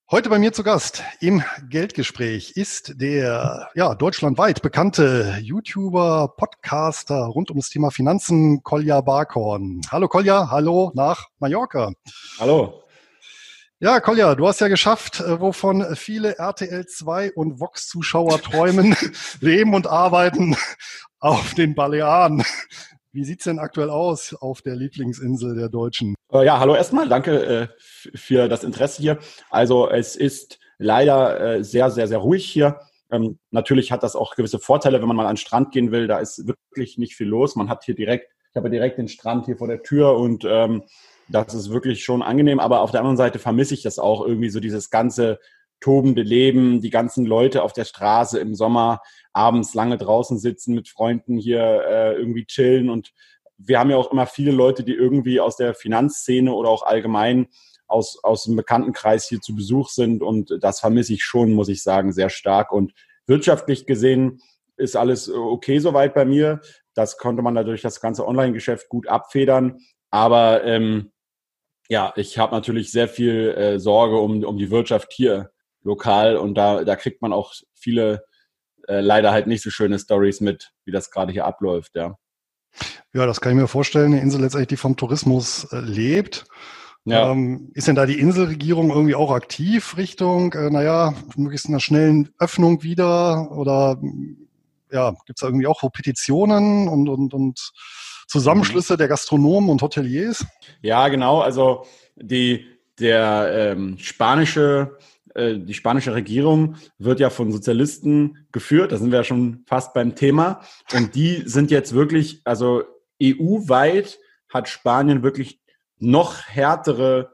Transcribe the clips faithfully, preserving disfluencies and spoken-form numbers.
Heute bei mir zu Gast im Geldgespräch ist der ja, deutschlandweit bekannte YouTuber, Podcaster rund um das Thema Finanzen, Kolja Barkhorn. Hallo Kolja, hallo nach Mallorca. Hallo. Ja, Kolja, du hast ja geschafft, wovon viele R T L zwei und Vox-Zuschauer träumen, leben und arbeiten auf den Balearen. Wie sieht's denn aktuell aus auf der Lieblingsinsel der Deutschen? Ja, hallo erstmal. Danke äh, für das Interesse hier. Also es ist leider äh, sehr, sehr, sehr ruhig hier. Ähm, natürlich hat das auch gewisse Vorteile, wenn man mal an den Strand gehen will. Da ist wirklich nicht viel los. Man hat hier direkt, ich habe direkt den Strand hier vor der Tür und ähm, das ist wirklich schon angenehm. Aber auf der anderen Seite vermisse ich das auch irgendwie so dieses ganze tobende Leben, die ganzen Leute auf der Straße im Sommer, abends lange draußen sitzen, mit Freunden hier äh, irgendwie chillen. Und wir haben ja auch immer viele Leute, die irgendwie aus der Finanzszene oder auch allgemein aus, aus dem Bekanntenkreis hier zu Besuch sind. Und das vermisse ich schon, muss ich sagen, sehr stark. Und wirtschaftlich gesehen ist alles okay soweit bei mir. Das konnte man dadurch das ganze Online-Geschäft gut abfedern. Aber ähm, ja, ich habe natürlich sehr viel äh, Sorge um, um die Wirtschaft hier lokal. Und da, da kriegt man auch viele äh, leider halt nicht so schöne Stories mit, wie das gerade hier abläuft, ja. Ja, das kann ich mir vorstellen. Eine Insel letztendlich, die vom Tourismus äh, lebt. Ja. Ähm, ist denn da die Inselregierung irgendwie auch aktiv Richtung, äh, naja, möglichst einer schnellen Öffnung wieder? Oder ja, gibt es da irgendwie auch so Petitionen und, und, und Zusammenschlüsse mhm. der Gastronomen und Hoteliers? Ja, genau. Also die, der ähm, spanische die spanische Regierung wird ja von Sozialisten geführt, da sind wir ja schon fast beim Thema. Und die sind jetzt wirklich, also E U-weit hat Spanien wirklich noch härtere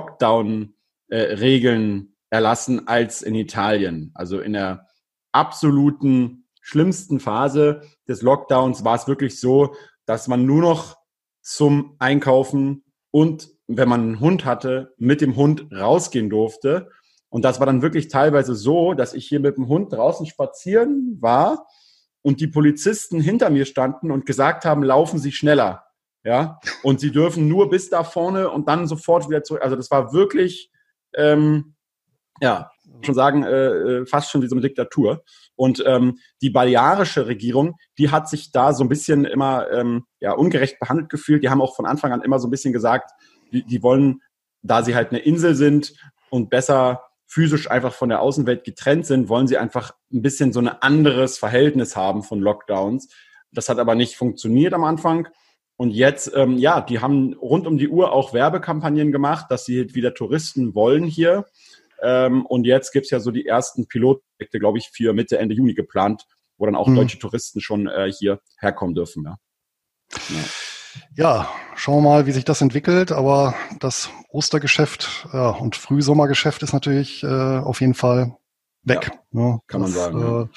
Lockdown-Regeln äh, erlassen als in Italien. Also in der absoluten schlimmsten Phase des Lockdowns war es wirklich so, dass man nur noch zum Einkaufen und, wenn man einen Hund hatte, mit dem Hund rausgehen durfte. Und das war dann wirklich teilweise so, dass ich hier mit dem Hund draußen spazieren war und die Polizisten hinter mir standen und gesagt haben, laufen Sie schneller. Ja, und Sie dürfen nur bis da vorne und dann sofort wieder zurück. Also das war wirklich, ähm, ja, schon sagen, äh, fast schon wie so eine Diktatur. Und ähm, die balearische Regierung, die hat sich da so ein bisschen immer ähm, ja, ungerecht behandelt gefühlt. Die haben auch von Anfang an immer so ein bisschen gesagt, die, die wollen, da sie halt eine Insel sind und besser physisch einfach von der Außenwelt getrennt sind, wollen sie einfach ein bisschen so ein anderes Verhältnis haben von Lockdowns. Das hat aber nicht funktioniert am Anfang. Und jetzt, ähm, ja, die haben rund um die Uhr auch Werbekampagnen gemacht, dass sie wieder Touristen wollen hier. Ähm, und jetzt gibt's ja so die ersten Pilotprojekte, glaube ich, für Mitte, Ende Juni geplant, wo dann auch mhm. deutsche Touristen schon äh, hier herkommen dürfen. Ja. Ja. Ja, schauen wir mal, wie sich das entwickelt. Aber das Ostergeschäft ja, und Frühsommergeschäft ist natürlich äh, auf jeden Fall weg. Ja, ja, kann das, man sagen. Äh,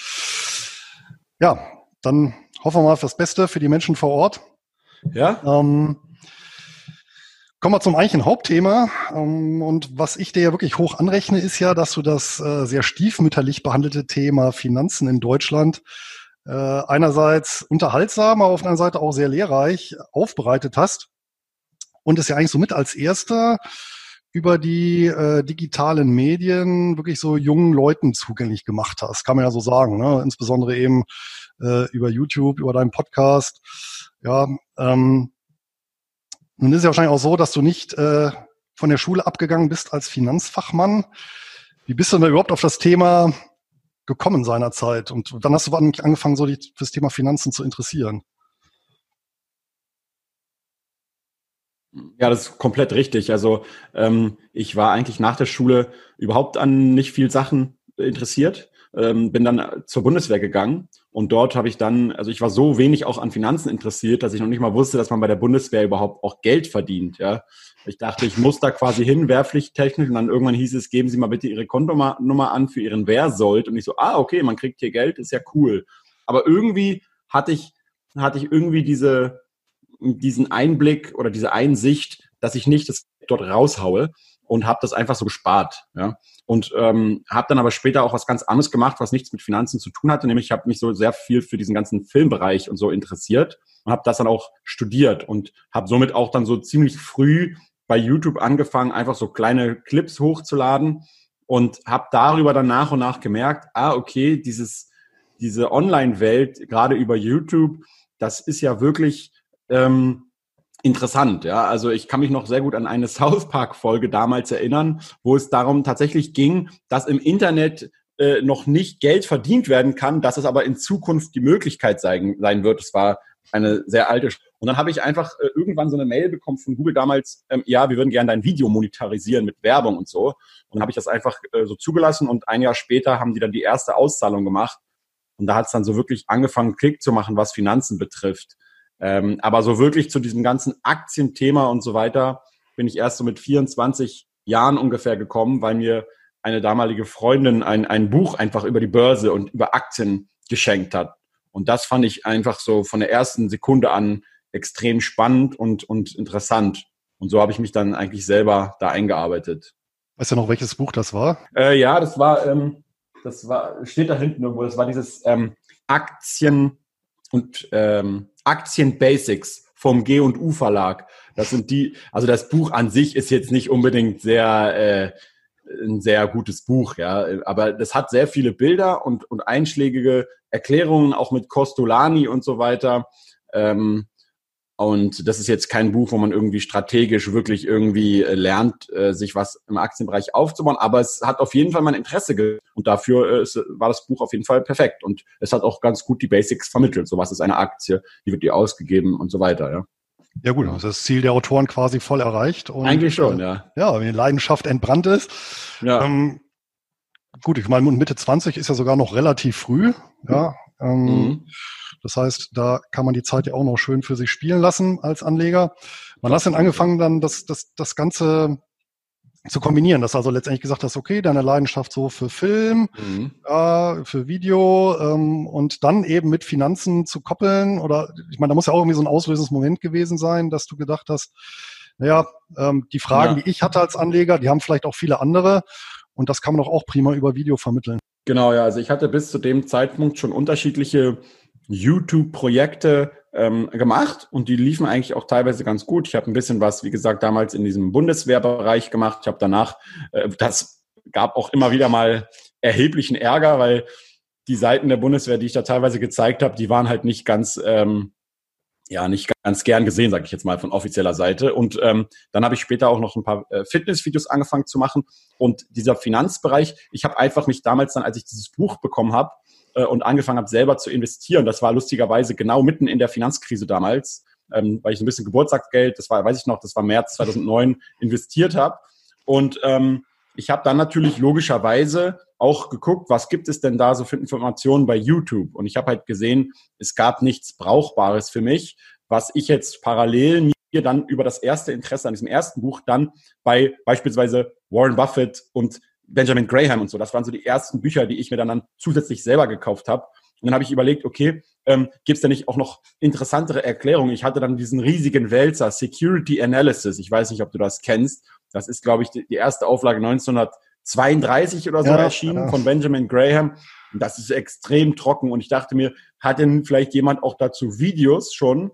ja. ja, dann hoffen wir mal fürs Beste für die Menschen vor Ort. Ja. Ähm, kommen wir zum eigentlichen Hauptthema. Ähm, und was ich dir ja wirklich hoch anrechne, ist ja, dass du das äh, sehr stiefmütterlich behandelte Thema Finanzen in Deutschland äh, einerseits unterhaltsam, aber auf der anderen Seite auch sehr lehrreich aufbereitet hast und es ja eigentlich so mit als erster über die äh, digitalen Medien wirklich so jungen Leuten zugänglich gemacht hast, kann man ja so sagen, ne? Insbesondere eben äh, über YouTube, über deinen Podcast. Ja, ähm, nun ist es ja wahrscheinlich auch so, dass du nicht äh, von der Schule abgegangen bist als Finanzfachmann. Wie bist du denn überhaupt auf das Thema gekommen seinerzeit? Und dann hast du angefangen, so dich fürs Thema Finanzen zu interessieren. Ja, das ist komplett richtig. Also ähm, ich war eigentlich nach der Schule überhaupt an nicht viel Sachen interessiert, ähm, bin dann zur Bundeswehr gegangen und dort habe ich dann, also ich war so wenig auch an Finanzen interessiert, dass ich noch nicht mal wusste, dass man bei der Bundeswehr überhaupt auch Geld verdient. Ja, ich dachte, ich muss da quasi hin, wehrpflichttechnisch, und dann irgendwann hieß es, geben Sie mal bitte Ihre Kontonummer an für Ihren Wehrsold, und ich so, ah, okay, man kriegt hier Geld, ist ja cool. Aber irgendwie hatte ich, hatte ich irgendwie diese, diesen Einblick oder diese Einsicht, dass ich nicht das dort raushaue, und habe das einfach so gespart. Ja? Und ähm, habe dann aber später auch was ganz anderes gemacht, was nichts mit Finanzen zu tun hatte, nämlich ich habe mich so sehr viel für diesen ganzen Filmbereich und so interessiert und habe das dann auch studiert und habe somit auch dann so ziemlich früh bei YouTube angefangen, einfach so kleine Clips hochzuladen und habe darüber dann nach und nach gemerkt, ah, okay, dieses, diese Online-Welt, gerade über YouTube, das ist ja wirklich ähm, interessant. Ja, also ich kann mich noch sehr gut an eine South Park-Folge damals erinnern, wo es darum tatsächlich ging, dass im Internet äh, noch nicht Geld verdient werden kann, dass es aber in Zukunft die Möglichkeit sein, sein wird. Es war eine sehr alte. Und dann habe ich einfach äh, irgendwann so eine Mail bekommen von Google damals, ähm, ja, wir würden gerne dein Video monetarisieren mit Werbung und so. Und dann habe ich das einfach äh, so zugelassen und ein Jahr später haben die dann die erste Auszahlung gemacht. Und da hat es dann so wirklich angefangen, Klick zu machen, was Finanzen betrifft. Ähm, aber so wirklich zu diesem ganzen Aktienthema und so weiter bin ich erst so mit vierundzwanzig Jahren ungefähr gekommen, weil mir eine damalige Freundin ein, ein Buch einfach über die Börse und über Aktien geschenkt hat. Und das fand ich einfach so von der ersten Sekunde an extrem spannend und, und interessant. Und so habe ich mich dann eigentlich selber da eingearbeitet. Weißt du noch, welches Buch das war? Äh, ja, das war, ähm, das war, steht da hinten irgendwo, das war dieses ähm, Aktien und ähm, Aktien Basics vom G und U Verlag. Das sind die, also das Buch an sich ist jetzt nicht unbedingt sehr äh, ein sehr gutes Buch, ja, aber das hat sehr viele Bilder und und einschlägige Erklärungen, auch mit Costolani und so weiter. Ähm, und das ist jetzt kein Buch, wo man irgendwie strategisch wirklich irgendwie lernt, äh, sich was im Aktienbereich aufzubauen, aber es hat auf jeden Fall mein Interesse ge- und dafür äh, ist, war das Buch auf jeden Fall perfekt und es hat auch ganz gut die Basics vermittelt. So, was ist eine Aktie, wie wird die ausgegeben und so weiter, ja. Ja gut, also das Ziel der Autoren quasi voll erreicht. Und, Eigentlich schon, äh, ja. Ja, wenn die Leidenschaft entbrannt ist. Ja. Ähm, gut, ich meine, Mitte zwanzig ist ja sogar noch relativ früh. Ja, ähm, Mhm. das heißt, da kann man die Zeit ja auch noch schön für sich spielen lassen als Anleger. Wann hast du denn angefangen, dann das, das, das Ganze zu kombinieren, dass du also letztendlich gesagt hast, okay, deine Leidenschaft so für Film, Mhm. äh, für Video ähm, und dann eben mit Finanzen zu koppeln oder ich meine, da muss ja auch irgendwie so ein auslösendes Moment gewesen sein, dass du gedacht hast, naja, ähm, die Fragen, Ja. die ich hatte als Anleger, die haben vielleicht auch viele andere und das kann man doch auch prima über Video vermitteln. Genau, ja. Also ich hatte bis zu dem Zeitpunkt schon unterschiedliche YouTube-Projekte ähm, gemacht und die liefen eigentlich auch teilweise ganz gut. Ich habe ein bisschen was, wie gesagt, damals in diesem Bundeswehrbereich gemacht. Ich habe danach, äh, das gab auch immer wieder mal erheblichen Ärger, weil die Seiten der Bundeswehr, die ich da teilweise gezeigt habe, die waren halt nicht ganz, ähm, ja, nicht ganz gern gesehen, sage ich jetzt mal, von offizieller Seite. Und ähm, dann habe ich später auch noch ein paar äh, Fitnessvideos angefangen zu machen. Und dieser Finanzbereich, ich habe einfach mich damals dann, als ich dieses Buch bekommen habe, und angefangen habe, selber zu investieren. Das war lustigerweise genau mitten in der Finanzkrise damals, ähm, weil ich so ein bisschen Geburtstagsgeld, das war, weiß ich noch, das war März zweitausendneun, investiert habe. Und ähm, ich habe dann natürlich logischerweise auch geguckt, was gibt es denn da so für Informationen bei YouTube? Und ich habe halt gesehen, es gab nichts Brauchbares für mich, was ich jetzt parallel mir dann über das erste Interesse an diesem ersten Buch dann bei beispielsweise Warren Buffett und Benjamin Graham und so. Das waren so die ersten Bücher, die ich mir dann, dann zusätzlich selber gekauft habe. Und dann habe ich überlegt, okay, ähm, gibt es da nicht auch noch interessantere Erklärungen? Ich hatte dann diesen riesigen Wälzer, Security Analysis. Ich weiß nicht, ob du das kennst. Das ist, glaube ich, die, die erste Auflage neunzehnhundertzweiunddreißig oder so Ja, erschienen ja. von Benjamin Graham. Und das ist extrem trocken. Und ich dachte mir, hat denn vielleicht jemand auch dazu Videos schon,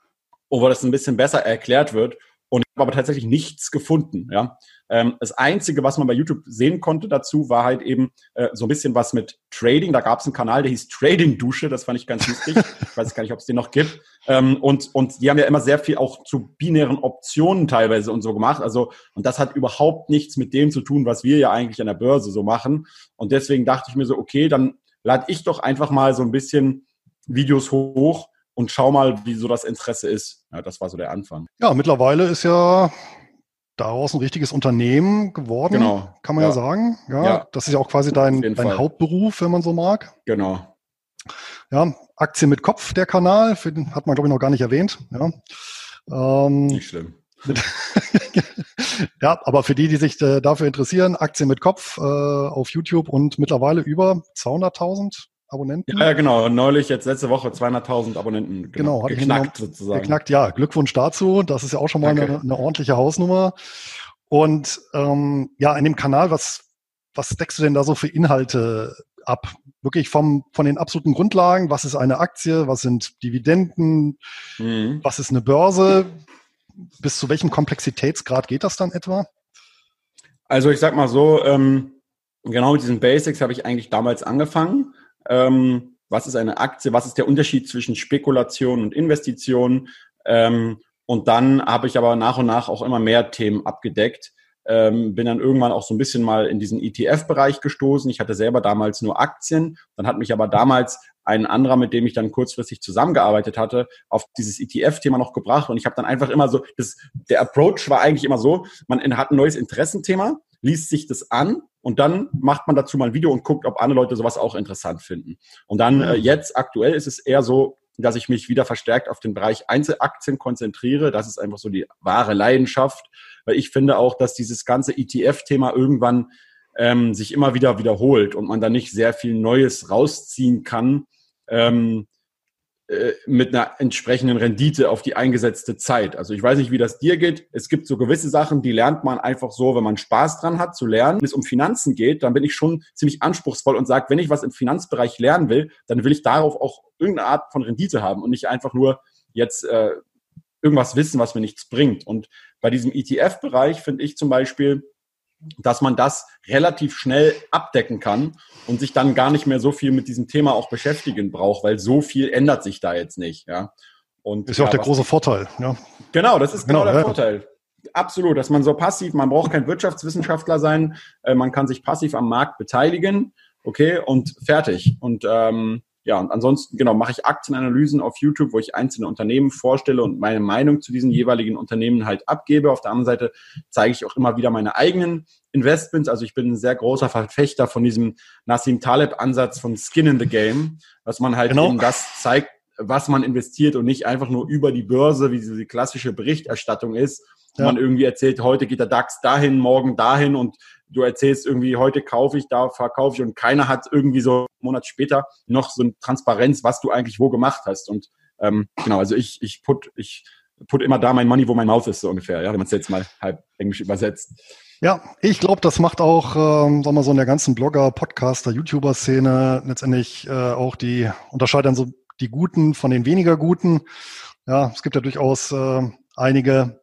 wo das ein bisschen besser erklärt wird? Und ich habe aber tatsächlich nichts gefunden. Ja, ähm, das Einzige, was man bei YouTube sehen konnte dazu, war halt eben äh, so ein bisschen was mit Trading. Da gab es einen Kanal, der hieß Trading Dusche. Das fand ich ganz lustig. Ich weiß gar nicht, ob es den noch gibt. Ähm, und und die haben ja immer sehr viel auch zu binären Optionen teilweise und so gemacht. Also und das hat überhaupt nichts mit dem zu tun, was wir ja eigentlich an der Börse so machen. Und deswegen dachte ich mir so, okay, dann lade ich doch einfach mal so ein bisschen Videos hoch und schau mal, wie so das Interesse ist. Ja, das war so der Anfang. Ja, mittlerweile ist ja daraus ein richtiges Unternehmen geworden, Genau. kann man ja, Ja. sagen. Ja, Ja. das ist ja auch quasi Auf dein, jeden dein Fall. Hauptberuf, wenn man so mag. Genau. Ja, Aktien mit Kopf, der Kanal, für den hat man, glaube ich, noch gar nicht erwähnt. Ja, ähm, Nicht schlimm. mit ja, aber für die, die sich äh, dafür interessieren, Aktien mit Kopf äh, auf YouTube und mittlerweile über zweihunderttausend Abonnenten. Ja, ja, genau. Neulich, jetzt letzte Woche, zweihunderttausend Abonnenten Genau, genau, hatte ich geknackt noch- sozusagen. Geknackt, ja. Glückwunsch dazu. Das ist ja auch schon mal Danke. eine, eine ordentliche Hausnummer. Und ähm, ja, in dem Kanal, was, was deckst du denn da so für Inhalte ab? Wirklich vom, von den absoluten Grundlagen, was ist eine Aktie, was sind Dividenden, Mhm. was ist eine Börse, bis zu welchem Komplexitätsgrad geht das dann etwa? Also ich sag mal so, ähm, genau mit diesen Basics habe ich eigentlich damals angefangen. Ähm, was ist eine Aktie? Was ist der Unterschied zwischen Spekulation und Investition? Ähm, und dann habe ich aber nach und nach auch immer mehr Themen abgedeckt. Ähm, bin dann irgendwann auch so ein bisschen mal in diesen E T F-Bereich gestoßen. Ich hatte selber damals nur Aktien. Dann hat mich aber damals ein anderer, mit dem ich dann kurzfristig zusammengearbeitet hatte, auf dieses E T F-Thema noch gebracht. Und ich habe dann einfach immer so, das, der Approach war eigentlich immer so, man hat ein neues Interessenthema, liest sich das an und dann macht man dazu mal ein Video und guckt, ob andere Leute sowas auch interessant finden. Und dann äh, jetzt aktuell ist es eher so, dass ich mich wieder verstärkt auf den Bereich Einzelaktien konzentriere. Das ist einfach so die wahre Leidenschaft, weil ich finde auch, dass dieses ganze E T F-Thema irgendwann ähm, sich immer wieder wiederholt und man da nicht sehr viel Neues rausziehen kann ähm, äh, mit einer entsprechenden Rendite auf die eingesetzte Zeit. Also ich weiß nicht, wie das dir geht. Es gibt so gewisse Sachen, die lernt man einfach so, wenn man Spaß dran hat zu lernen. Wenn es um Finanzen geht, dann bin ich schon ziemlich anspruchsvoll und sage, wenn ich was im Finanzbereich lernen will, dann will ich darauf auch irgendeine Art von Rendite haben und nicht einfach nur jetzt äh, irgendwas wissen, was mir nichts bringt. Und bei diesem E T F-Bereich finde ich zum Beispiel, dass man das relativ schnell abdecken kann und sich dann gar nicht mehr so viel mit diesem Thema auch beschäftigen braucht, weil so viel ändert sich da jetzt nicht. Ja. Und, ist ja auch ja, der große Vorteil. Ja. Genau, das ist genau, genau der ja. Vorteil. Absolut, dass man so passiv, man braucht kein Wirtschaftswissenschaftler sein, äh, man kann sich passiv am Markt beteiligen, okay, und fertig. Und ähm, ja, und ansonsten, genau, mache ich Aktienanalysen auf YouTube, wo ich einzelne Unternehmen vorstelle und meine Meinung zu diesen jeweiligen Unternehmen halt abgebe. Auf der anderen Seite zeige ich auch immer wieder meine eigenen Investments. Also ich bin ein sehr großer Verfechter von diesem Nassim Taleb-Ansatz von Skin in the Game, dass man halt genau. eben das zeigt, was man investiert und nicht einfach nur über die Börse, wie diese klassische Berichterstattung ist, wo ja. man irgendwie erzählt, heute geht der DAX dahin, morgen dahin und du erzählst irgendwie, heute kaufe ich, da verkaufe ich und keiner hat irgendwie so einen Monat später noch so eine Transparenz, was du eigentlich wo gemacht hast. Und ähm, genau, also ich ich put ich put immer da mein Money, wo mein Mouth ist, so ungefähr, ja, wenn man es jetzt mal halb englisch übersetzt. Ja, ich glaube, das macht auch, ähm, sagen wir so, in der ganzen Blogger, Podcaster, YouTuber-Szene letztendlich äh, auch die, unterscheidet dann so die Guten von den weniger Guten. Ja, es gibt ja durchaus äh, einige,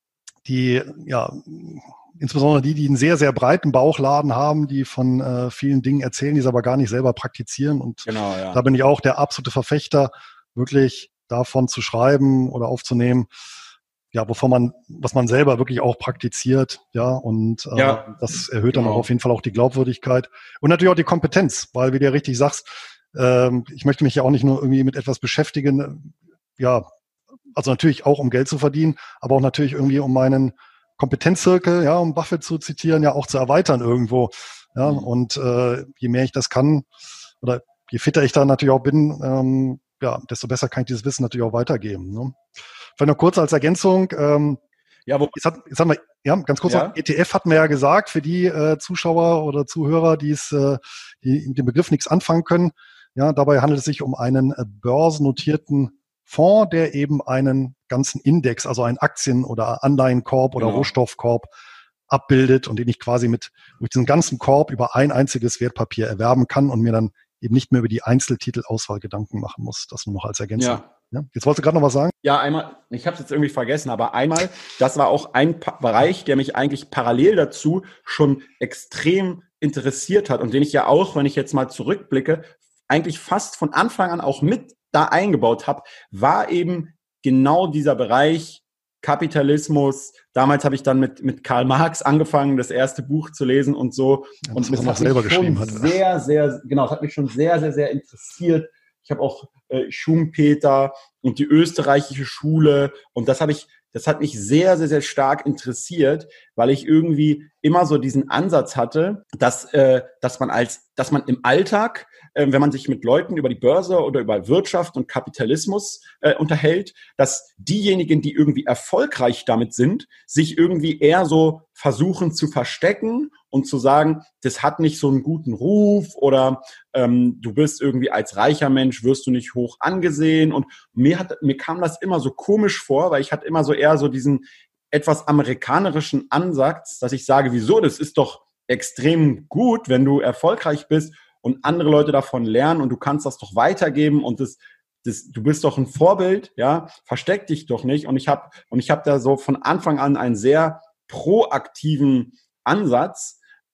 die, ja, insbesondere die, die einen sehr, sehr breiten Bauchladen haben, die von äh, vielen Dingen erzählen, die es aber gar nicht selber praktizieren. Und genau, ja. da bin ich auch der absolute Verfechter, wirklich davon zu schreiben oder aufzunehmen, ja, wovon man, was man selber wirklich auch praktiziert, ja, und äh, ja, das erhöht dann genau. auch auf jeden Fall auch die Glaubwürdigkeit und natürlich auch die Kompetenz, weil, wie du ja richtig sagst, ähm, ich möchte mich ja auch nicht nur irgendwie mit etwas beschäftigen, ja, also natürlich auch um Geld zu verdienen, aber auch natürlich irgendwie um meinen Kompetenzzirkel, ja, um Buffett zu zitieren, ja auch zu erweitern irgendwo, ja, mhm. und äh, je mehr ich das kann oder je fitter ich da natürlich auch bin, ähm, ja, desto besser kann ich dieses Wissen natürlich auch weitergeben, ne? Vielleicht noch kurz als Ergänzung. Ähm, ja, wo, jetzt, hat, jetzt haben wir, ja, ganz kurz ja. noch, E T F hatten wir ja gesagt, für die äh, Zuschauer oder Zuhörer, die es, äh, die mit dem Begriff nichts anfangen können. Ja, dabei handelt es sich um einen äh, börsennotierten Fonds, der eben einen ganzen Index, also einen Aktien- oder Anleihenkorb oder genau. Rohstoffkorb abbildet und den ich quasi mit, mit diesem ganzen Korb über ein einziges Wertpapier erwerben kann und mir dann eben nicht mehr über die Einzeltitelauswahl Gedanken machen muss. Das nur noch als Ergänzung. Ja. Ja, jetzt wolltest du gerade noch was sagen? Ja, einmal, ich habe es jetzt irgendwie vergessen, aber einmal, das war auch ein pa- Bereich, der mich eigentlich parallel dazu schon extrem interessiert hat und den ich ja auch, wenn ich jetzt mal zurückblicke, eigentlich fast von Anfang an auch mit da eingebaut habe, war eben genau dieser Bereich Kapitalismus. Damals habe ich dann mit mit Karl Marx angefangen, das erste Buch zu lesen und so. Ja, und das hat selber geschrieben hat. Sehr, sehr, genau, das hat mich schon sehr, sehr, sehr interessiert. Ich habe auch äh, Schumpeter und die österreichische Schule und das habe ich, das hat mich sehr, sehr, sehr stark interessiert, weil ich irgendwie immer so diesen Ansatz hatte, dass äh, dass man als, dass man im Alltag, äh, wenn man sich mit Leuten über die Börse oder über Wirtschaft und Kapitalismus äh, unterhält, dass diejenigen, die irgendwie erfolgreich damit sind, sich irgendwie eher so versuchen zu verstecken und zu sagen, das hat nicht so einen guten Ruf oder ähm, du bist irgendwie als reicher Mensch, wirst du nicht hoch angesehen. Und mir hat, mir kam das immer so komisch vor, weil ich hatte immer so eher so diesen etwas amerikanischen Ansatz, dass ich sage, wieso, das ist doch extrem gut, wenn du erfolgreich bist und andere Leute davon lernen und du kannst das doch weitergeben und das, das, du bist doch ein Vorbild, ja, versteck dich doch nicht. Und ich habe und ich habe da so von Anfang an einen sehr proaktiven Ansatz,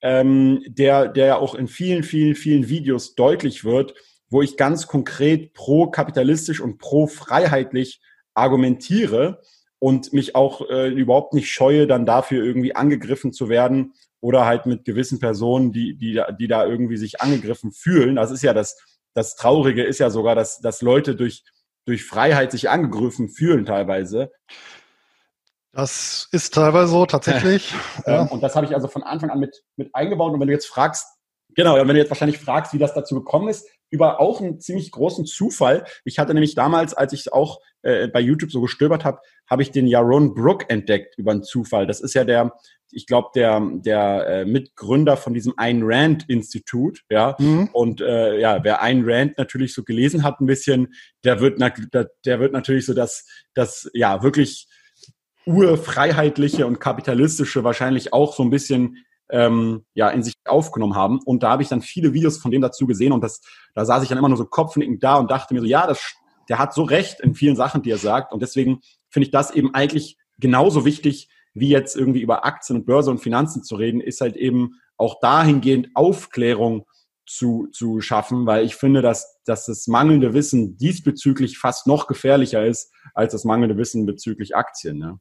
ähm, der, der ja auch in vielen, vielen, vielen Videos deutlich wird, wo ich ganz konkret pro-kapitalistisch und pro-freiheitlich argumentiere und mich auch äh, überhaupt nicht scheue, dann dafür irgendwie angegriffen zu werden oder halt mit gewissen Personen, die, die, die da irgendwie sich angegriffen fühlen. Das ist ja das, das Traurige ist ja sogar, dass, dass Leute durch, durch Freiheit sich angegriffen fühlen teilweise. Das ist teilweise so, tatsächlich. Ja. Und das habe ich also von Anfang an mit, mit eingebaut. Und wenn du jetzt fragst, genau, wenn du jetzt wahrscheinlich fragst, wie das dazu gekommen ist, über auch einen ziemlich großen Zufall. Ich hatte nämlich damals, als ich auch äh, bei YouTube so gestöbert habe, habe ich den Yaron Brook entdeckt über einen Zufall. Das ist ja der, ich glaube, der der äh, Mitgründer von diesem Ayn Rand Institut, ja. Mhm. Und äh, ja, wer Ayn Rand natürlich so gelesen hat ein bisschen, der wird der, der wird natürlich so das das ja wirklich urfreiheitliche und kapitalistische wahrscheinlich auch so ein bisschen ähm, ja in sich aufgenommen haben. Und da habe ich dann viele Videos von dem dazu gesehen und das, da saß ich dann immer nur so kopfnickend da und dachte mir so, ja, das, der hat so recht in vielen Sachen, die er sagt. Und deswegen finde ich das eben eigentlich genauso wichtig, wie jetzt irgendwie über Aktien und Börse und Finanzen zu reden, ist halt eben auch dahingehend Aufklärung zu, zu schaffen, weil ich finde, dass, dass das mangelnde Wissen diesbezüglich fast noch gefährlicher ist als das mangelnde Wissen bezüglich Aktien, ne?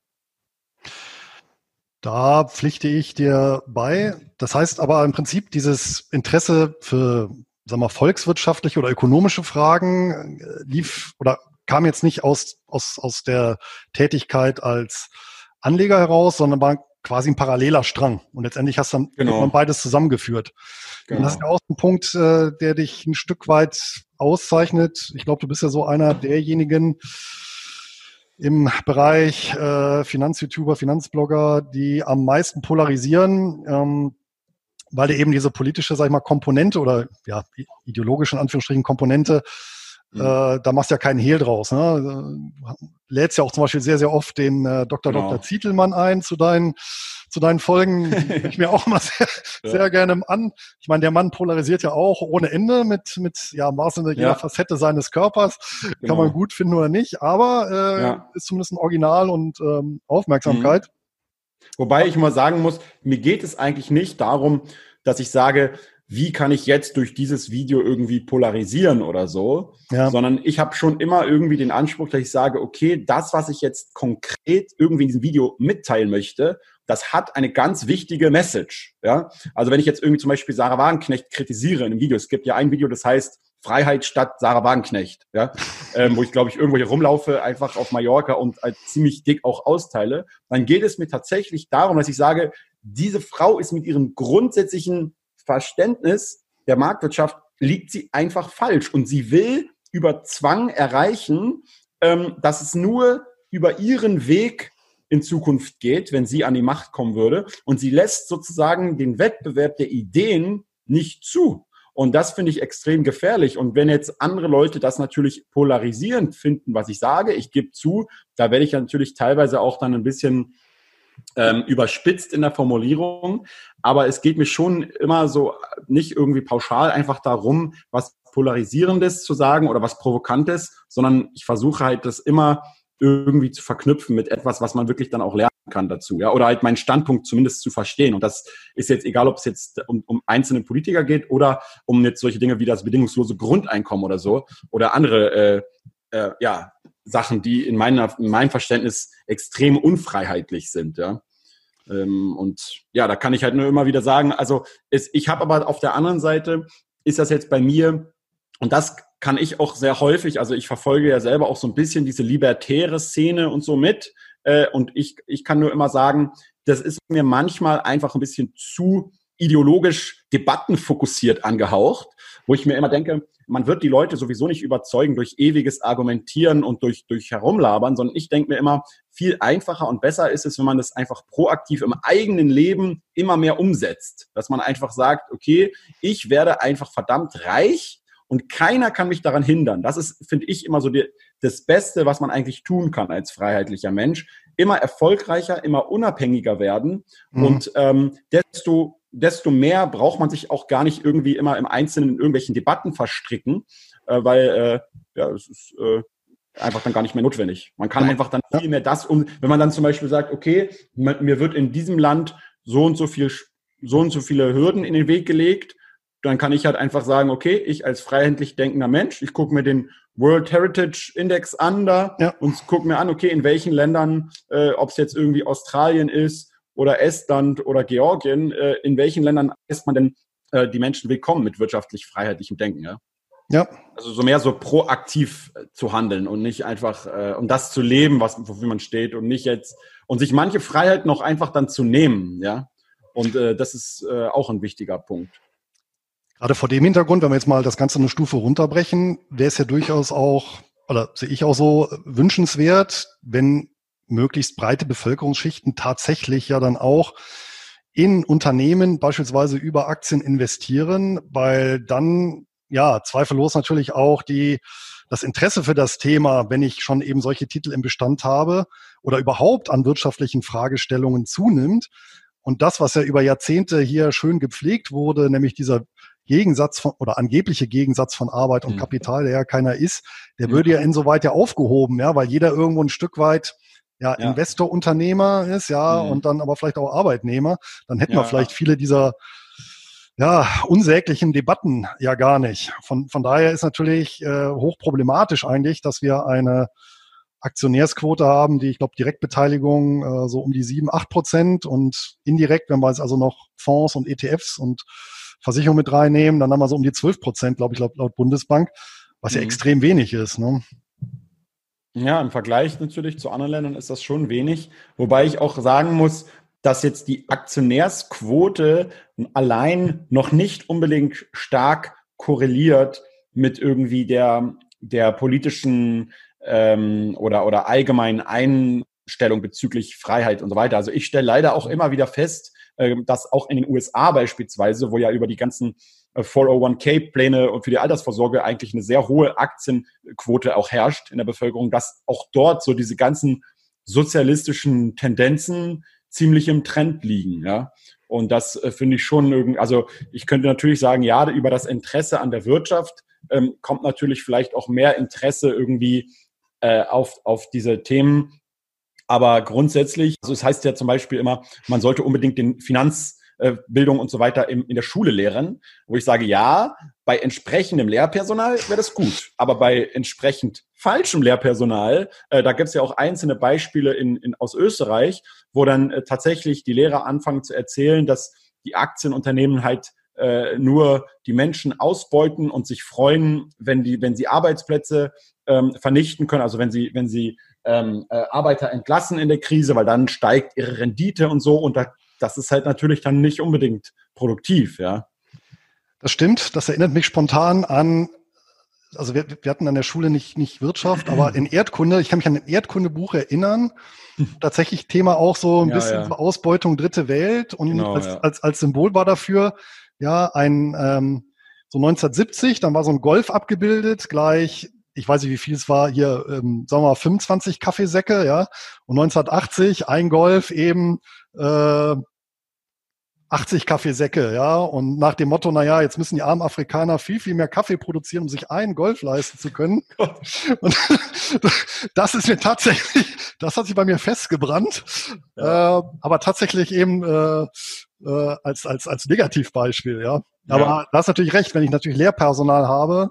Da pflichte ich dir bei. Das heißt aber im Prinzip dieses Interesse für, sagen wir, volkswirtschaftliche oder ökonomische Fragen lief oder kam jetzt nicht aus, aus, aus der Tätigkeit als Anleger heraus, sondern war quasi ein paralleler Strang. Und letztendlich hast du dann genau. irgendwann beides zusammengeführt. Genau. Und das ist ja auch ein Punkt, der dich ein Stück weit auszeichnet. Ich glaube, du bist ja so einer derjenigen, im Bereich äh, Finanz-YouTuber, Finanzblogger, die am meisten polarisieren, ähm, weil du eben diese politische, sag ich mal, Komponente oder ja ideologische in Anführungsstrichen Komponente, mhm. äh, da machst du ja keinen Hehl draus. Ne? Du lädst ja auch zum Beispiel sehr, sehr oft den äh, Doktor Genau. Doktor Zietelmann ein zu deinen zu deinen Folgen, die ich mir auch immer sehr, ja. sehr gerne an. Ich meine, der Mann polarisiert ja auch ohne Ende mit, mit ja, im wahrsten Sinne jeder ja. Facette seines Körpers. Genau. Kann man gut finden oder nicht, aber äh, ja. ist zumindest ein Original und ähm, Aufmerksamkeit. Mhm. Wobei ich mal sagen muss, mir geht es eigentlich nicht darum, dass ich sage, wie kann ich jetzt durch dieses Video irgendwie polarisieren oder so, ja. sondern ich habe schon immer irgendwie den Anspruch, dass ich sage, okay, das, was ich jetzt konkret irgendwie in diesem Video mitteilen möchte, das hat eine ganz wichtige Message. Ja? Also wenn ich jetzt irgendwie zum Beispiel Sarah Wagenknecht kritisiere in einem Video, es gibt ja ein Video, das heißt Freiheit statt Sarah Wagenknecht, ja? ähm, wo ich, glaube ich, irgendwo hier rumlaufe, einfach auf Mallorca und halt ziemlich dick auch austeile, dann geht es mir tatsächlich darum, dass ich sage, diese Frau ist mit ihrem grundsätzlichen Verständnis der Marktwirtschaft, liegt sie einfach falsch. Und sie will über Zwang erreichen, ähm, dass es nur über ihren Weg in Zukunft geht, wenn sie an die Macht kommen würde. Und sie lässt sozusagen den Wettbewerb der Ideen nicht zu. Und das finde ich extrem gefährlich. Und wenn jetzt andere Leute das natürlich polarisierend finden, was ich sage, ich gebe zu, da werde ich natürlich teilweise auch dann ein bisschen ähm, überspitzt in der Formulierung. Aber es geht mir schon immer so nicht irgendwie pauschal einfach darum, was Polarisierendes zu sagen oder was Provokantes, sondern ich versuche halt das immer irgendwie zu verknüpfen mit etwas, was man wirklich dann auch lernen kann dazu, ja, oder halt meinen Standpunkt zumindest zu verstehen. Und das ist jetzt egal, ob es jetzt um, um einzelne Politiker geht oder um jetzt solche Dinge wie das bedingungslose Grundeinkommen oder so oder andere äh, äh, ja, Sachen, die in, meiner, in meinem Verständnis extrem unfreiheitlich sind, ja. Ähm, und ja, da kann ich halt nur immer wieder sagen, also es, ich habe aber auf der anderen Seite, ist das jetzt bei mir, und das kann ich auch sehr häufig, also ich verfolge ja selber auch so ein bisschen diese libertäre Szene und so mit, äh, und ich, ich kann nur immer sagen, das ist mir manchmal einfach ein bisschen zu ideologisch debattenfokussiert angehaucht, wo ich mir immer denke, man wird die Leute sowieso nicht überzeugen durch ewiges Argumentieren und durch, durch Herumlabern, sondern ich denke mir immer, viel einfacher und besser ist es, wenn man das einfach proaktiv im eigenen Leben immer mehr umsetzt. Dass man einfach sagt, okay, ich werde einfach verdammt reich und keiner kann mich daran hindern. Das ist, finde ich, immer so die, das Beste, was man eigentlich tun kann als freiheitlicher Mensch. Immer erfolgreicher, immer unabhängiger werden mhm. und ähm, desto desto mehr braucht man sich auch gar nicht irgendwie immer im Einzelnen in irgendwelchen Debatten verstricken, äh, weil äh, ja, es ist äh, einfach dann gar nicht mehr notwendig. Man kann einfach dann viel mehr das um, wenn man dann zum Beispiel sagt, okay, mir wird in diesem Land so und so viel so und so viele Hürden in den Weg gelegt. Dann kann ich halt einfach sagen, okay, ich als freihändlich denkender Mensch, ich gucke mir den World Heritage Index an da Ja. und gucke mir an, okay, in welchen Ländern, äh, ob es jetzt irgendwie Australien ist oder Estland oder Georgien, äh, in welchen Ländern ist man denn äh, die Menschen willkommen mit wirtschaftlich freiheitlichem Denken, ja? Ja. Also so mehr so proaktiv äh, zu handeln und nicht einfach, äh, um das zu leben, was, wofür man steht und nicht jetzt, und sich manche Freiheiten auch einfach dann zu nehmen, ja. Und äh, das ist äh, auch ein wichtiger Punkt. Gerade vor dem Hintergrund, wenn wir jetzt mal das Ganze eine Stufe runterbrechen, wäre es ja durchaus auch, oder sehe ich auch so, wünschenswert, wenn möglichst breite Bevölkerungsschichten tatsächlich ja dann auch in Unternehmen beispielsweise über Aktien investieren, weil dann ja zweifellos natürlich auch die das Interesse für das Thema, wenn ich schon eben solche Titel im Bestand habe oder überhaupt an wirtschaftlichen Fragestellungen zunimmt. Und das, was ja über Jahrzehnte hier schön gepflegt wurde, nämlich dieser Gegensatz von oder angebliche Gegensatz von Arbeit und Mhm. Kapital, der ja keiner ist, der Ja. würde ja insoweit ja aufgehoben, ja, weil jeder irgendwo ein Stück weit ja, Ja. Investor, Unternehmer ist, ja, Mhm. und dann aber vielleicht auch Arbeitnehmer. Dann hätten Ja. wir vielleicht viele dieser ja, unsäglichen Debatten ja gar nicht. Von, von daher ist natürlich äh, hochproblematisch eigentlich, dass wir eine Aktionärsquote haben, die, ich glaube, Direktbeteiligung äh, so um die sieben, acht Prozent und indirekt, wenn wir jetzt also noch Fonds und E T Fs und Versicherungen mit reinnehmen, dann haben wir so um die zwölf Prozent, glaube ich, laut, laut Bundesbank, was ja Mhm. extrem wenig ist. Ne? Ja, im Vergleich natürlich zu anderen Ländern ist das schon wenig. Wobei ich auch sagen muss, dass jetzt die Aktionärsquote allein noch nicht unbedingt stark korreliert mit irgendwie der, der politischen ähm, oder, oder allgemeinen Einstellung bezüglich Freiheit und so weiter. Also ich stelle leider auch immer wieder fest, äh, dass auch in den U S A beispielsweise, wo ja über die ganzen vier oh eins K-Pläne und für die Altersvorsorge eigentlich eine sehr hohe Aktienquote auch herrscht in der Bevölkerung, dass auch dort so diese ganzen sozialistischen Tendenzen ziemlich im Trend liegen, ja. Und das äh, finde ich schon irgendwie, also ich könnte natürlich sagen, ja, über das Interesse an der Wirtschaft ähm, kommt natürlich vielleicht auch mehr Interesse irgendwie äh, auf, auf diese Themen. Aber grundsätzlich, also es heißt ja zum Beispiel immer, man sollte unbedingt den Finanzbildung und so weiter in, in der Schule lehren, wo ich sage, ja, bei entsprechendem Lehrpersonal wäre das gut, aber bei entsprechend falschem Lehrpersonal, äh, da gibt es ja auch einzelne Beispiele in, in, aus Österreich, wo dann äh, tatsächlich die Lehrer anfangen zu erzählen, dass die Aktienunternehmen halt äh, nur die Menschen ausbeuten und sich freuen, wenn die, wenn sie Arbeitsplätze ähm, vernichten können, also wenn sie, wenn sie ähm, äh, Arbeiter entlassen in der Krise, weil dann steigt ihre Rendite und so, und da, das ist halt natürlich dann nicht unbedingt produktiv, ja. Das stimmt, das erinnert mich spontan an, also wir, wir hatten an der Schule nicht, nicht Wirtschaft, aber in Erdkunde, ich kann mich an ein Erdkundebuch erinnern, tatsächlich Thema auch so ein Ja, bisschen ja. so Ausbeutung dritte Welt und Genau, als, ja. als, als Symbol war dafür, ja, ein, ähm, so neunzehnhundertsiebzig, dann war so ein Golf abgebildet, gleich, ich weiß nicht, wie viel es war, hier, ähm, sagen wir mal, fünfundzwanzig Kaffeesäcke, ja, und neunzehnhundertachtzig ein Golf eben, äh, achtzig Kaffeesäcke, ja, und nach dem Motto, na ja, jetzt müssen die armen Afrikaner viel, viel mehr Kaffee produzieren, um sich einen Golf leisten zu können. Und das ist mir tatsächlich, das hat sich bei mir festgebrannt, Ja. äh, aber tatsächlich eben äh, äh, als als als Negativbeispiel, ja. Aber Ja. du hast natürlich recht, wenn ich natürlich Lehrpersonal habe,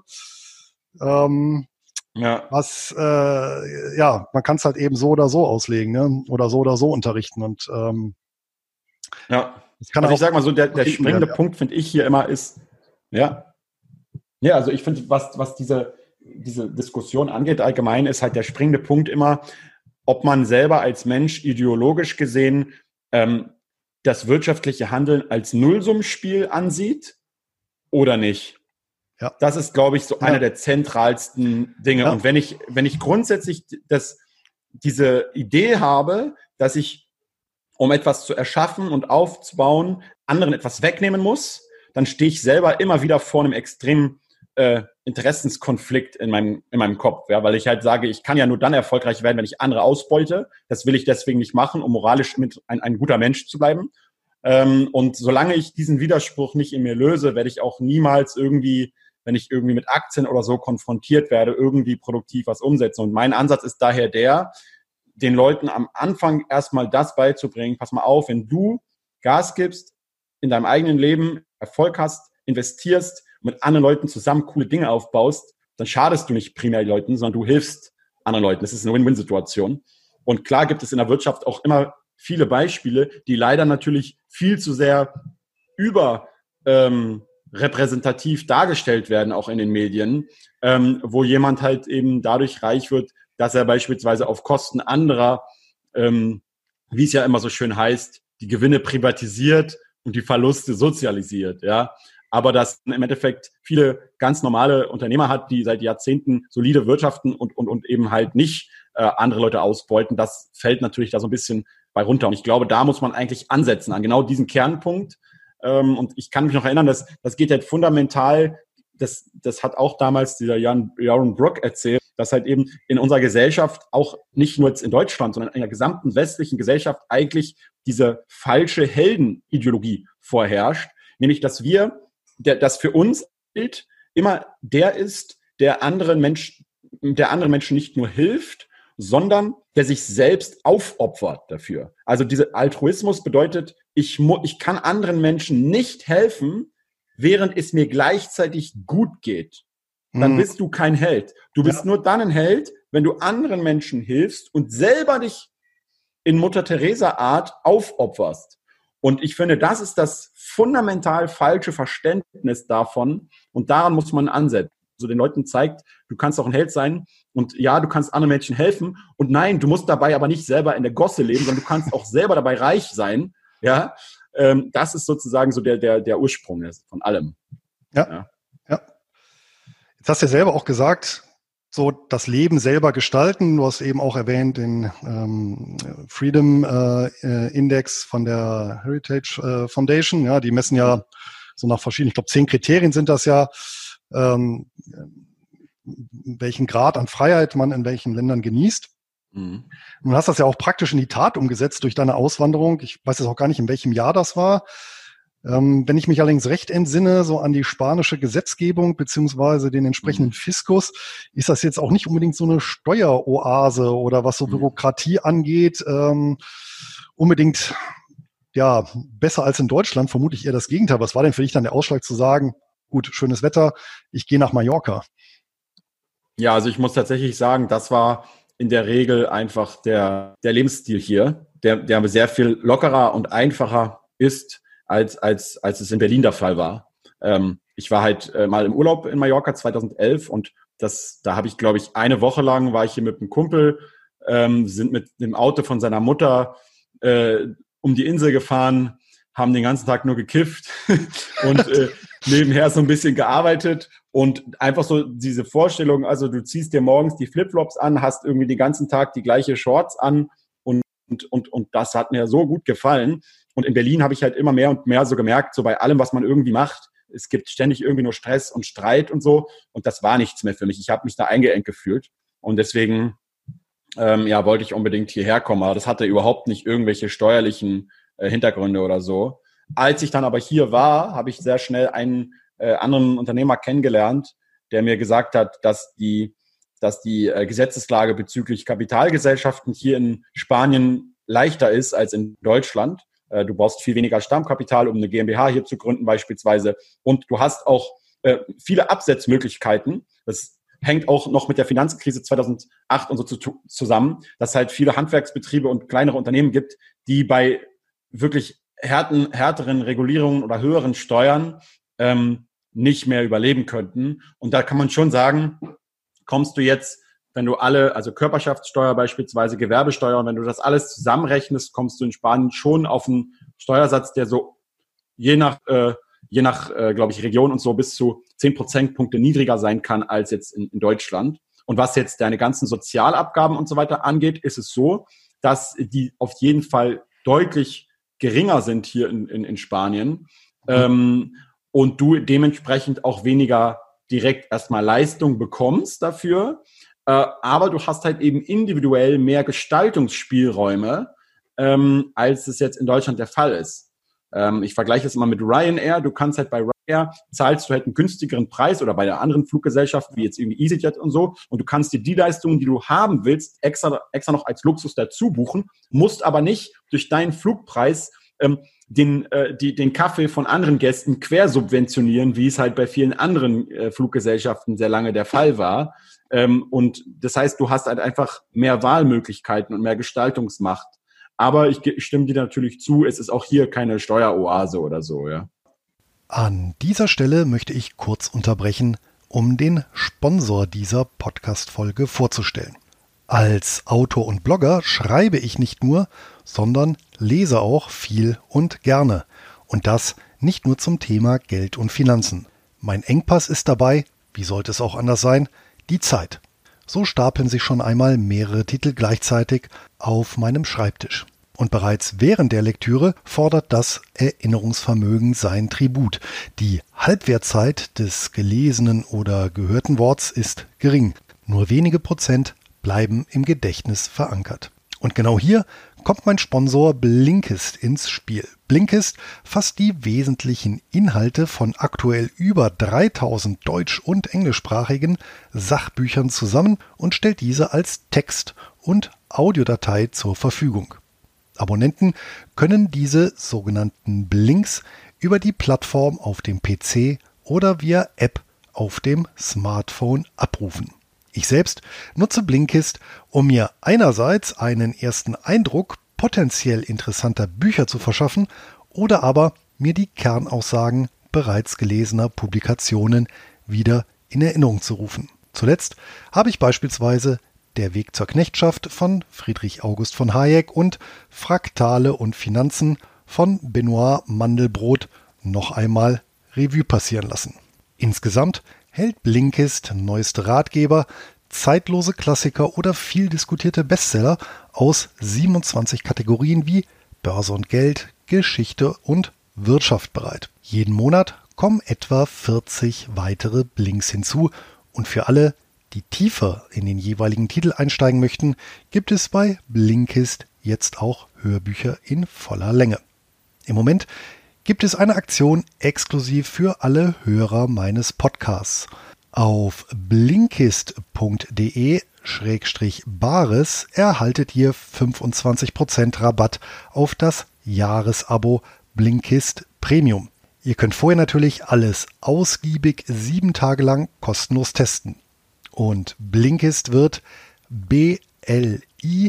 ähm, Ja. was, äh, ja, man kann es halt eben so oder so auslegen, ne? Oder so oder so unterrichten und ähm, Ja. das kann Also auch ich sag mal so, der, der hinten springende werden, ja. Punkt, finde ich hier immer, ist, ja, ja, also ich finde, was, was diese, diese Diskussion angeht, allgemein, ist halt der springende Punkt immer, ob man selber als Mensch ideologisch gesehen ähm, das wirtschaftliche Handeln als Nullsummenspiel ansieht oder nicht. Ja. Das ist, glaube ich, so Ja. einer der zentralsten Dinge. Ja. Und wenn ich, wenn ich grundsätzlich das, diese Idee habe, dass ich, um etwas zu erschaffen und aufzubauen, anderen etwas wegnehmen muss, dann stehe ich selber immer wieder vor einem extremen äh, Interessenskonflikt in meinem, in meinem Kopf, ja, weil ich halt sage, ich kann ja nur dann erfolgreich werden, wenn ich andere ausbeute. Das will ich deswegen nicht machen, um moralisch mit ein, ein guter Mensch zu bleiben. Ähm, und solange ich diesen Widerspruch nicht in mir löse, werde ich auch niemals irgendwie, wenn ich irgendwie mit Aktien oder so konfrontiert werde, irgendwie produktiv was umsetzen. Und mein Ansatz ist daher der, den Leuten am Anfang erstmal das beizubringen, pass mal auf, wenn du Gas gibst, in deinem eigenen Leben Erfolg hast, investierst, mit anderen Leuten zusammen coole Dinge aufbaust, dann schadest du nicht primär den Leuten, sondern du hilfst anderen Leuten. Das ist eine Win-Win-Situation. Und klar gibt es in der Wirtschaft auch immer viele Beispiele, die leider natürlich viel zu sehr über ähm, repräsentativ dargestellt werden, auch in den Medien, ähm, wo jemand halt eben dadurch reich wird, dass er beispielsweise auf Kosten anderer, ähm, wie es ja immer so schön heißt, die Gewinne privatisiert und die Verluste sozialisiert, ja. Aber dass im Endeffekt viele ganz normale Unternehmer hat, die seit Jahrzehnten solide wirtschaften und, und, und eben halt nicht äh, andere Leute ausbeuten, das fällt natürlich da so ein bisschen bei runter. Und ich glaube, da muss man eigentlich ansetzen, an genau diesen Kernpunkt. Ähm, und ich kann mich noch erinnern, dass das geht halt fundamental, das, das hat auch damals dieser Jan, Jaron Brook erzählt, dass halt eben in unserer Gesellschaft, auch nicht nur jetzt in Deutschland, sondern in der gesamten westlichen Gesellschaft eigentlich diese falsche Heldenideologie vorherrscht. Nämlich, dass wir, der, dass für uns Held immer der ist, der anderen Menschen, der anderen Menschen nicht nur hilft, sondern der sich selbst aufopfert dafür. Also dieser Altruismus bedeutet, ich, mu- ich kann anderen Menschen nicht helfen, während es mir gleichzeitig gut geht. Dann Mhm. bist du kein Held. Du bist Ja. nur dann ein Held, wenn du anderen Menschen hilfst und selber dich in Mutter Teresa Art aufopferst. Und ich finde, das ist das fundamental falsche Verständnis davon. Und daran muss man ansetzen. So den Leuten zeigt, du kannst auch ein Held sein und ja, du kannst anderen Menschen helfen und nein, du musst dabei aber nicht selber in der Gosse leben, sondern du kannst auch selber dabei reich sein. Ja, ähm, das ist sozusagen so der, der, der Ursprung von allem. Ja, Ja. ja. Jetzt hast du ja selber auch gesagt, so das Leben selber gestalten. Du hast eben auch erwähnt den ähm, Freedom äh, Index von der Heritage äh, Foundation. Ja, die messen ja so nach verschiedenen, ich glaube zehn Kriterien sind das ja, ähm, welchen Grad an Freiheit man in welchen Ländern genießt. Mhm. Du hast das ja auch praktisch in die Tat umgesetzt durch deine Auswanderung. Ich weiß jetzt auch gar nicht, in welchem Jahr das war. Ähm, wenn ich mich allerdings recht entsinne, so an die spanische Gesetzgebung beziehungsweise den entsprechenden Mhm. Fiskus, ist das jetzt auch nicht unbedingt so eine Steueroase oder was so Mhm. Bürokratie angeht, ähm, unbedingt ja besser als in Deutschland, vermute ich eher das Gegenteil. Was war denn für dich dann der Ausschlag zu sagen, gut, schönes Wetter, ich gehe nach Mallorca? Ja, also ich muss tatsächlich sagen, das war in der Regel einfach der, der Lebensstil hier, der, der sehr viel lockerer und einfacher ist, als, als, als es in Berlin der Fall war. Ähm, ich war halt äh, mal im Urlaub in Mallorca zweitausendelf und das, da habe ich, glaube ich, eine Woche lang war ich hier mit einem Kumpel, ähm, sind mit dem Auto von seiner Mutter äh, um die Insel gefahren, haben den ganzen Tag nur gekifft und äh, nebenher so ein bisschen gearbeitet und einfach so diese Vorstellung, also du ziehst dir morgens die Flipflops an, hast irgendwie den ganzen Tag die gleiche Shorts an und, und, und, und das hat mir so gut gefallen. Und in Berlin habe ich halt immer mehr und mehr so gemerkt, so bei allem, was man irgendwie macht, es gibt ständig irgendwie nur Stress und Streit und so und das war nichts mehr für mich. Ich habe mich da eingeengt gefühlt und deswegen ähm, ja, wollte ich unbedingt hierher kommen, aber das hatte überhaupt nicht irgendwelche steuerlichen äh, Hintergründe oder so. Als ich dann aber hier war, habe ich sehr schnell einen äh, anderen Unternehmer kennengelernt, der mir gesagt hat, dass die, dass die äh, Gesetzeslage bezüglich Kapitalgesellschaften hier in Spanien leichter ist als in Deutschland. Äh, du brauchst viel weniger Stammkapital, um eine GmbH hier zu gründen beispielsweise. Und du hast auch äh, viele Absetzmöglichkeiten. Das hängt auch noch mit der Finanzkrise zweitausendacht und so zu, zusammen, dass es halt viele Handwerksbetriebe und kleinere Unternehmen gibt, die bei wirklich härten, härteren Regulierungen oder höheren Steuern ähm, nicht mehr überleben könnten. Und da kann man schon sagen, kommst du jetzt, wenn du alle, also Körperschaftssteuer beispielsweise, Gewerbesteuer, und wenn du das alles zusammenrechnest, kommst du in Spanien schon auf einen Steuersatz, der so je nach, äh, je nach, äh, glaube ich, Region und so bis zu zehn Prozentpunkte niedriger sein kann als jetzt in, in Deutschland. Und was jetzt deine ganzen Sozialabgaben und so weiter angeht, ist es so, dass die auf jeden Fall deutlich geringer sind hier in, in, in Spanien ähm, und du dementsprechend auch weniger direkt erstmal Leistung bekommst dafür, äh, aber du hast halt eben individuell mehr Gestaltungsspielräume, ähm, als es jetzt in Deutschland der Fall ist. Ähm, ich vergleiche das immer mit Ryanair. Du kannst halt bei Ryanair, zahlst du halt einen günstigeren Preis oder bei der anderen Fluggesellschaft, wie jetzt irgendwie EasyJet und so, und du kannst dir die Leistungen, die du haben willst, extra, extra noch als Luxus dazu buchen, musst aber nicht durch deinen Flugpreis ähm, den, äh, die, den Kaffee von anderen Gästen quersubventionieren, wie es halt bei vielen anderen äh, Fluggesellschaften sehr lange der Fall war. Ähm, und das heißt, du hast halt einfach mehr Wahlmöglichkeiten und mehr Gestaltungsmacht. Aber ich, ich stimme dir natürlich zu, es ist auch hier keine Steueroase oder so, ja. An dieser Stelle möchte ich kurz unterbrechen, um den Sponsor dieser Podcast-Folge vorzustellen. Als Autor und Blogger schreibe ich nicht nur, sondern lese auch viel und gerne. Und das nicht nur zum Thema Geld und Finanzen. Mein Engpass ist dabei, wie sollte es auch anders sein, die Zeit. So stapeln sich schon einmal mehrere Titel gleichzeitig auf meinem Schreibtisch. Und bereits während der Lektüre fordert das Erinnerungsvermögen sein Tribut. Die Halbwertzeit des gelesenen oder gehörten Worts ist gering. Nur wenige Prozent bleiben im Gedächtnis verankert. Und genau hier kommt mein Sponsor Blinkist ins Spiel. Blinkist fasst die wesentlichen Inhalte von aktuell über dreitausend deutsch- und englischsprachigen Sachbüchern zusammen und stellt diese als Text- und Audiodatei zur Verfügung. Abonnenten können diese sogenannten Blinks über die Plattform auf dem P C oder via App auf dem Smartphone abrufen. Ich selbst nutze Blinkist, um mir einerseits einen ersten Eindruck potenziell interessanter Bücher zu verschaffen oder aber mir die Kernaussagen bereits gelesener Publikationen wieder in Erinnerung zu rufen. Zuletzt habe ich beispielsweise Der Weg zur Knechtschaft von Friedrich August von Hayek und Fraktale und Finanzen von Benoit Mandelbrot noch einmal Revue passieren lassen. Insgesamt hält Blinkist neueste Ratgeber, zeitlose Klassiker oder viel diskutierte Bestseller aus siebenundzwanzig Kategorien wie Börse und Geld, Geschichte und Wirtschaft bereit. Jeden Monat kommen etwa vierzig weitere Blinks hinzu und für alle, die tiefer in den jeweiligen Titel einsteigen möchten, gibt es bei Blinkist jetzt auch Hörbücher in voller Länge. Im Moment gibt es eine Aktion exklusiv für alle Hörer meines Podcasts. Auf blinkist punkt de Schrägstrich Bares erhaltet ihr fünfundzwanzig Prozent Rabatt auf das Jahresabo Blinkist Premium. Ihr könnt vorher natürlich alles ausgiebig sieben Tage lang kostenlos testen. Und Blinkist wird B L I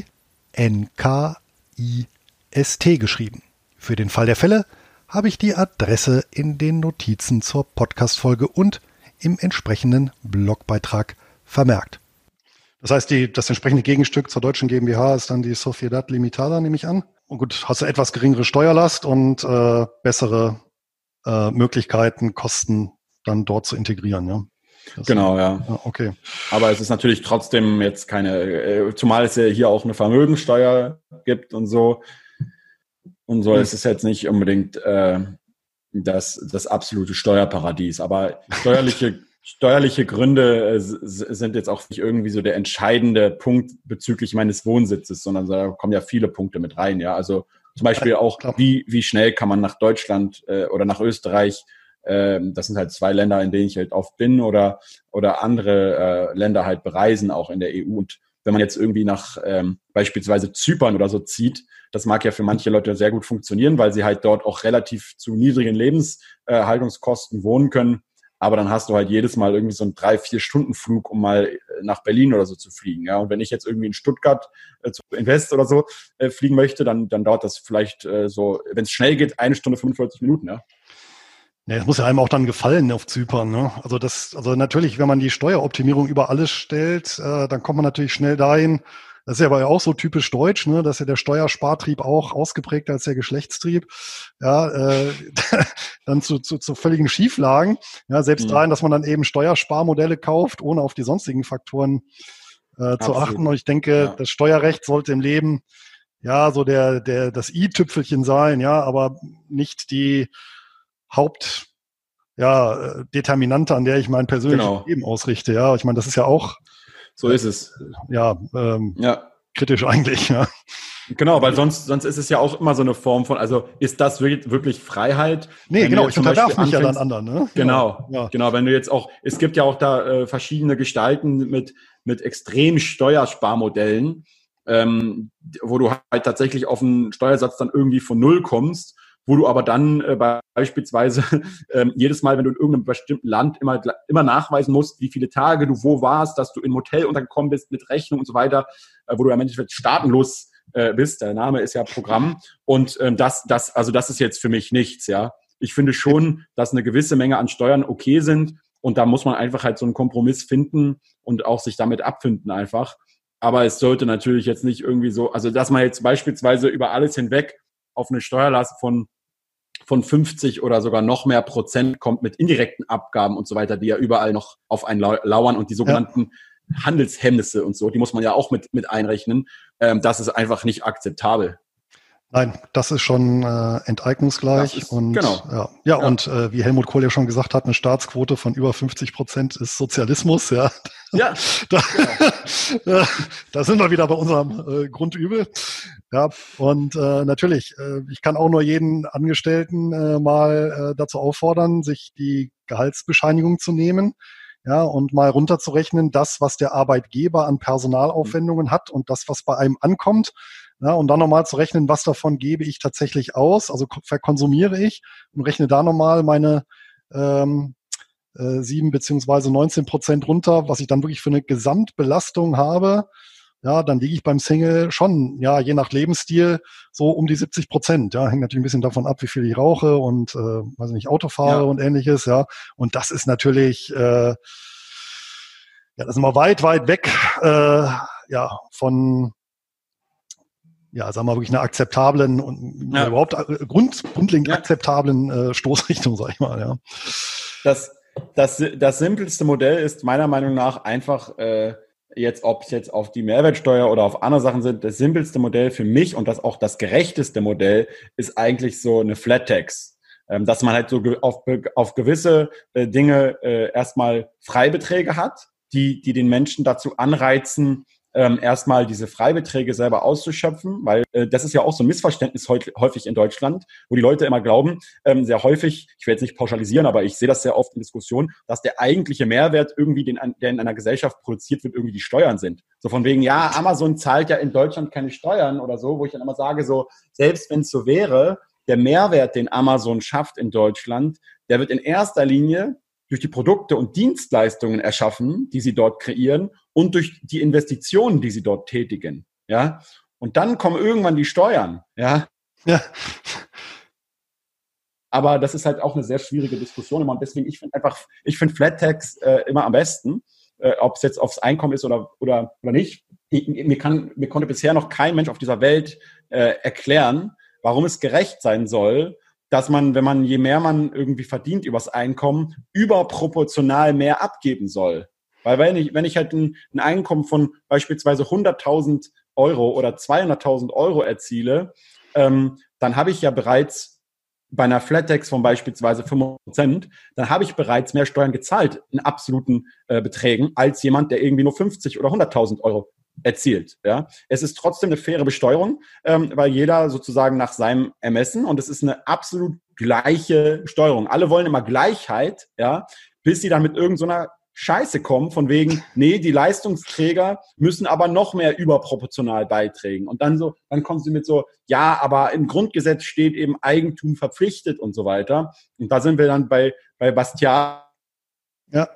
N K I S T geschrieben. Für den Fall der Fälle habe ich die Adresse in den Notizen zur Podcast-Folge und im entsprechenden Blogbeitrag vermerkt. Das heißt, die, das entsprechende Gegenstück zur deutschen GmbH ist dann die Sociedad Limitada, nehme ich an. Und gut, hast du etwas geringere Steuerlast und äh, bessere äh, Möglichkeiten, Kosten dann dort zu integrieren, ja. Das genau, ja. ja. Okay. Aber es ist natürlich trotzdem jetzt keine, äh, zumal es ja hier auch eine Vermögensteuer gibt und so. Und so, mhm. Es ist jetzt nicht unbedingt äh, das, das absolute Steuerparadies. Aber steuerliche, steuerliche Gründe äh, sind jetzt auch nicht irgendwie so der entscheidende Punkt bezüglich meines Wohnsitzes, sondern da kommen ja viele Punkte mit rein. Ja, also zum Beispiel auch, wie, wie schnell kann man nach Deutschland äh, oder nach Österreich. Das sind halt zwei Länder, in denen ich halt oft bin oder oder andere äh, Länder halt bereisen, auch in der E U. Und wenn man jetzt irgendwie nach ähm, beispielsweise Zypern oder so zieht, das mag ja für manche Leute sehr gut funktionieren, weil sie halt dort auch relativ zu niedrigen Lebenshaltungskosten äh, wohnen können. Aber dann hast du halt jedes Mal irgendwie so einen drei, vier Stunden Flug, um mal nach Berlin oder so zu fliegen. Ja, und wenn ich jetzt irgendwie in Stuttgart äh, zu Invest oder so äh, fliegen möchte, dann dann dauert das vielleicht äh, so, wenn es schnell geht, eine Stunde fünfundvierzig Minuten. Ja. Ja, es muss ja einem auch dann gefallen auf Zypern, ne? Also das, also natürlich, wenn man die Steueroptimierung über alles stellt, äh, dann kommt man natürlich schnell dahin. Das ist ja aber auch so typisch deutsch, ne? Dass ja der Steuerspartrieb auch ausgeprägt als der Geschlechtstrieb. Ja, äh, dann zu, zu, zu völligen Schieflagen. Ja, selbst mhm. dahin, dass man dann eben Steuersparmodelle kauft, ohne auf die sonstigen Faktoren äh, zu achten. Und ich denke, ja. Das Steuerrecht sollte im Leben ja so der, der, das i-Tüpfelchen sein, ja, aber nicht die Haupt, ja, Determinante, an der ich mein persönliches genau. Leben ausrichte. Ja, ich meine, das ist ja auch so ist es. Ja, ähm, ja, kritisch eigentlich. Ja. Genau, weil sonst sonst ist es ja auch immer so eine Form von, also ist das wirklich, wirklich Freiheit? Nee, genau, ich unterwerfe mich ja dann anderen. Ne? Genau, ja. genau, wenn du jetzt auch, es gibt ja auch da äh, verschiedene Gestalten mit mit extrem Steuersparmodellen, ähm, wo du halt tatsächlich auf einen Steuersatz dann irgendwie von null kommst. wo du aber dann äh, beispielsweise äh, jedes Mal, wenn du in irgendeinem bestimmten Land immer, immer nachweisen musst, wie viele Tage du wo warst, dass du im Hotel untergekommen bist mit Rechnung und so weiter, äh, wo du am Ende staatenlos äh, bist. Der Name ist ja Programm. Und ähm, das, das, also das ist jetzt für mich nichts, ja. Ich finde schon, dass eine gewisse Menge an Steuern okay sind und da muss man einfach halt so einen Kompromiss finden und auch sich damit abfinden einfach. Aber es sollte natürlich jetzt nicht irgendwie so, also dass man jetzt beispielsweise über alles hinweg auf eine Steuerlast von von fünfzig oder sogar noch mehr Prozent kommt mit indirekten Abgaben und so weiter, die ja überall noch auf einen lauern und die sogenannten ja. Handelshemmnisse und so, die muss man ja auch mit mit einrechnen. Ähm, das ist einfach nicht akzeptabel. Nein, das ist schon äh, enteignungsgleich. Ist, und genau. ja, ja, ja. und äh, wie Helmut Kohl ja schon gesagt hat, eine Staatsquote von über fünfzig Prozent ist Sozialismus. Ja, ja da, genau. da sind wir wieder bei unserem äh, Grundübel. Ja, und äh, natürlich, äh, ich kann auch nur jeden Angestellten äh, mal äh, dazu auffordern, sich die Gehaltsbescheinigung zu nehmen. Ja, und mal runterzurechnen, das, was der Arbeitgeber an Personalaufwendungen hat und das, was bei einem ankommt. Ja, und dann nochmal zu rechnen, was davon gebe ich tatsächlich aus, also verkonsumiere ich und rechne da nochmal meine ähm, äh, sieben beziehungsweise neunzehn Prozent runter, was ich dann wirklich für eine Gesamtbelastung habe. Ja, dann liege ich beim Single schon, ja, je nach Lebensstil so um die siebzig Prozent. Ja, hängt natürlich ein bisschen davon ab, wie viel ich rauche und, äh, weiß nicht, Auto fahre ja. und ähnliches. Ja, und das ist natürlich, äh, ja, das sind wir weit, weit weg, äh, ja, von ja, sagen wir mal, wirklich einer akzeptablen und ja. überhaupt grund, grundlegend ja. akzeptablen äh, Stoßrichtung, sag ich mal, ja. Das, das, das simpelste Modell ist meiner Meinung nach einfach, äh, jetzt, ob es jetzt auf die Mehrwertsteuer oder auf andere Sachen sind, das simpelste Modell für mich und das auch das gerechteste Modell ist eigentlich so eine Flat Tax. Ähm, dass man halt so ge- auf, auf gewisse äh, Dinge äh, erstmal Freibeträge hat, die, die den Menschen dazu anreizen, Ähm, erstmal diese Freibeträge selber auszuschöpfen, weil äh, das ist ja auch so ein Missverständnis heut, häufig in Deutschland, wo die Leute immer glauben, ähm, sehr häufig, ich will jetzt nicht pauschalisieren, aber ich sehe das sehr oft in Diskussionen, dass der eigentliche Mehrwert irgendwie, den, der in einer Gesellschaft produziert wird, irgendwie die Steuern sind. So von wegen, ja, Amazon zahlt ja in Deutschland keine Steuern oder so, wo ich dann immer sage, so selbst wenn es so wäre, der Mehrwert, den Amazon schafft in Deutschland, der wird in erster Linie durch die Produkte und Dienstleistungen erschaffen, die sie dort kreieren und durch die Investitionen, die sie dort tätigen, ja. Und dann kommen irgendwann die Steuern, ja. Ja. Aber das ist halt auch eine sehr schwierige Diskussion immer und deswegen, ich finde einfach, ich finde Flat Tax äh, immer am besten, äh, ob es jetzt aufs Einkommen ist oder, oder, oder nicht. Ich, mir kann, mir konnte bisher noch kein Mensch auf dieser Welt äh, erklären, warum es gerecht sein soll, dass man, wenn man, je mehr man irgendwie verdient übers Einkommen, überproportional mehr abgeben soll. Weil wenn ich, wenn ich halt ein, ein Einkommen von beispielsweise hunderttausend Euro oder zweihunderttausend Euro erziele, ähm, dann habe ich ja bereits bei einer Flat Tax von beispielsweise fünf Prozent, dann habe ich bereits mehr Steuern gezahlt in absoluten äh, Beträgen als jemand, der irgendwie nur fünfzig oder hunderttausend Euro erzielt. Ja, es ist trotzdem eine faire Besteuerung, ähm, weil jeder sozusagen nach seinem Ermessen und es ist eine absolut gleiche Steuerung. Alle wollen immer Gleichheit, ja, bis sie dann mit irgendeiner Scheiße kommen, von wegen, nee, die Leistungsträger müssen aber noch mehr überproportional beitragen. Und dann so, dann kommen sie mit so, ja, aber im Grundgesetz steht eben Eigentum verpflichtet und so weiter. Und da sind wir dann bei, bei Bastiat. Ja.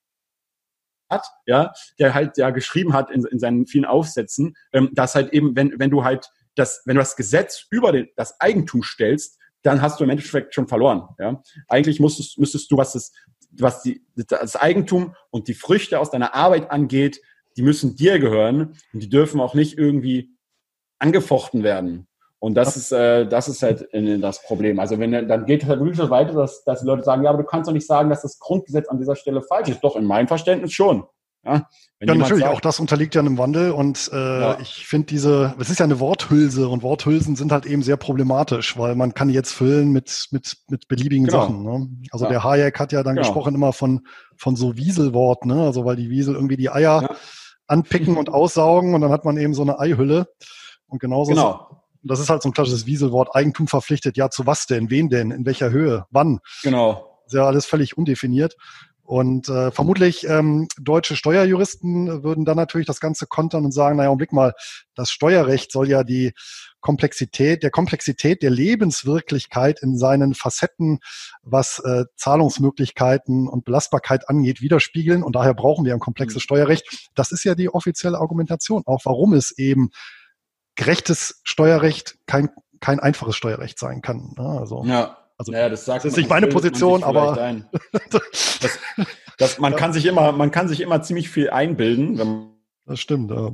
Hat, ja, der halt ja geschrieben hat in, in seinen vielen Aufsätzen, ähm, dass halt eben, wenn, wenn du halt das, wenn du das Gesetz über den, das Eigentum stellst, dann hast du im Endeffekt schon verloren. Ja? Eigentlich musstest, müsstest du, was das, was die, das Eigentum und die Früchte aus deiner Arbeit angeht, die müssen dir gehören und die dürfen auch nicht irgendwie angefochten werden. Und das ist, äh, das ist halt äh, das Problem. Also wenn dann geht es halt wirklich so weiter, dass, dass die Leute sagen, ja, aber du kannst doch nicht sagen, dass das Grundgesetz an dieser Stelle falsch ist. Doch, in meinem Verständnis schon. Ja, wenn ja natürlich, sagt, auch das unterliegt ja einem Wandel und äh, ja. ich finde diese, es ist ja eine Worthülse und Worthülsen sind halt eben sehr problematisch, weil man kann jetzt füllen mit mit mit beliebigen genau. Sachen. Ne? Also ja. der Hayek hat ja dann genau. gesprochen immer von von so Wieselwort, ne? Also weil die Wiesel irgendwie die Eier ja. anpicken und aussaugen und dann hat man eben so eine Eihülle und genauso genau. Ist, das ist halt so ein klassisches Wieselwort, Eigentum verpflichtet, ja zu was denn, wen denn, in welcher Höhe, wann? Genau. Ist ja alles völlig undefiniert. Und äh, vermutlich ähm, deutsche Steuerjuristen würden dann natürlich das Ganze kontern und sagen, naja, Augenblick mal, das Steuerrecht soll ja die Komplexität, der Komplexität der Lebenswirklichkeit in seinen Facetten, was äh, Zahlungsmöglichkeiten und Belastbarkeit angeht, widerspiegeln. Und daher brauchen wir ein komplexes mhm. Steuerrecht. Das ist ja die offizielle Argumentation, auch warum es eben gerechtes Steuerrecht kein, kein einfaches Steuerrecht sein kann. Also, ja. Also, ja, das, sagt das ist nicht meine Position, aber das, das, man, ja. kann sich immer, man kann sich immer ziemlich viel einbilden. Wenn man das stimmt, ja.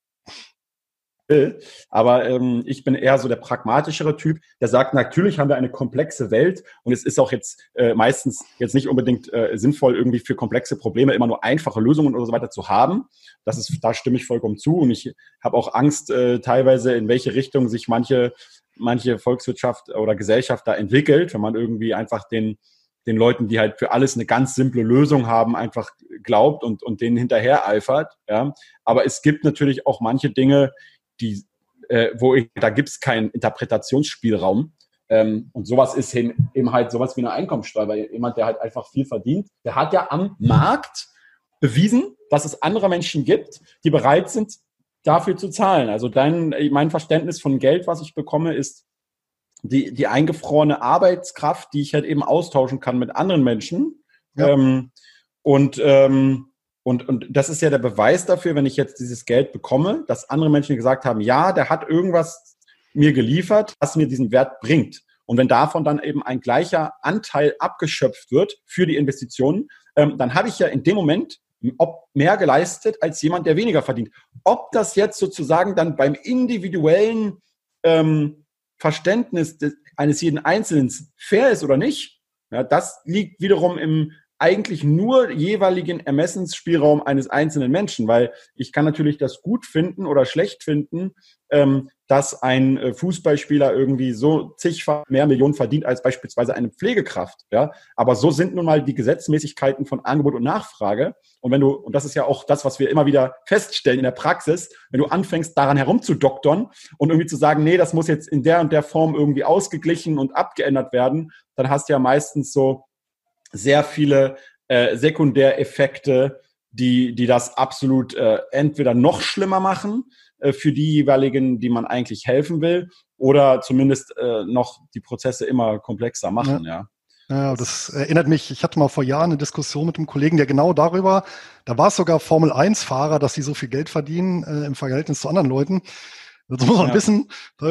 will. Aber ähm, ich bin eher so der pragmatischere Typ, der sagt, natürlich haben wir eine komplexe Welt und es ist auch jetzt äh, meistens jetzt nicht unbedingt äh, sinnvoll, irgendwie für komplexe Probleme immer nur einfache Lösungen oder so weiter zu haben. Das ist, da stimme ich vollkommen zu und ich habe auch Angst äh, teilweise, in welche Richtung sich manche manche Volkswirtschaft oder Gesellschaft da entwickelt, wenn man irgendwie einfach den den Leuten, die halt für alles eine ganz simple Lösung haben, einfach glaubt und und denen hinterher eifert. Ja, aber es gibt natürlich auch manche Dinge, die, äh, wo ich, da gibt es keinen Interpretationsspielraum. Ähm, und sowas ist eben, eben halt sowas wie eine Einkommensteuer, weil jemand, der halt einfach viel verdient, der hat ja am Markt bewiesen, dass es andere Menschen gibt, die bereit sind, dafür zu zahlen. Also dein, mein Verständnis von Geld, was ich bekomme, ist die, die eingefrorene Arbeitskraft, die ich halt eben austauschen kann mit anderen Menschen. Ja. Ähm, und ähm, Und, und das ist ja der Beweis dafür, wenn ich jetzt dieses Geld bekomme, dass andere Menschen gesagt haben, ja, der hat irgendwas mir geliefert, was mir diesen Wert bringt. Und wenn davon dann eben ein gleicher Anteil abgeschöpft wird für die Investitionen, ähm, dann habe ich ja in dem Moment ob mehr geleistet als jemand, der weniger verdient. Ob das jetzt sozusagen dann beim individuellen ähm, Verständnis des, eines jeden Einzelnen fair ist oder nicht, ja, das liegt wiederum im eigentlich nur jeweiligen Ermessensspielraum eines einzelnen Menschen, weil ich kann natürlich das gut finden oder schlecht finden, ähm, dass ein äh, Fußballspieler irgendwie so zigfach mehr Millionen verdient als beispielsweise eine Pflegekraft. Ja, aber so sind nun mal die Gesetzmäßigkeiten von Angebot und Nachfrage. Und wenn du, und das ist ja auch das, was wir immer wieder feststellen in der Praxis, wenn du anfängst, daran herumzudoktern und irgendwie zu sagen, nee, das muss jetzt in der und der Form irgendwie ausgeglichen und abgeändert werden, dann hast du ja meistens so sehr viele äh, Sekundäreffekte, die, die das absolut äh, entweder noch schlimmer machen äh, für die jeweiligen, die man eigentlich helfen will, oder zumindest äh, noch die Prozesse immer komplexer machen, ja. ja. Ja, das erinnert mich, ich hatte mal vor Jahren eine Diskussion mit einem Kollegen, der genau darüber, da war es sogar Formel eins Fahrer, dass die so viel Geld verdienen äh, im Verhältnis zu anderen Leuten. Das muss man ja. wissen.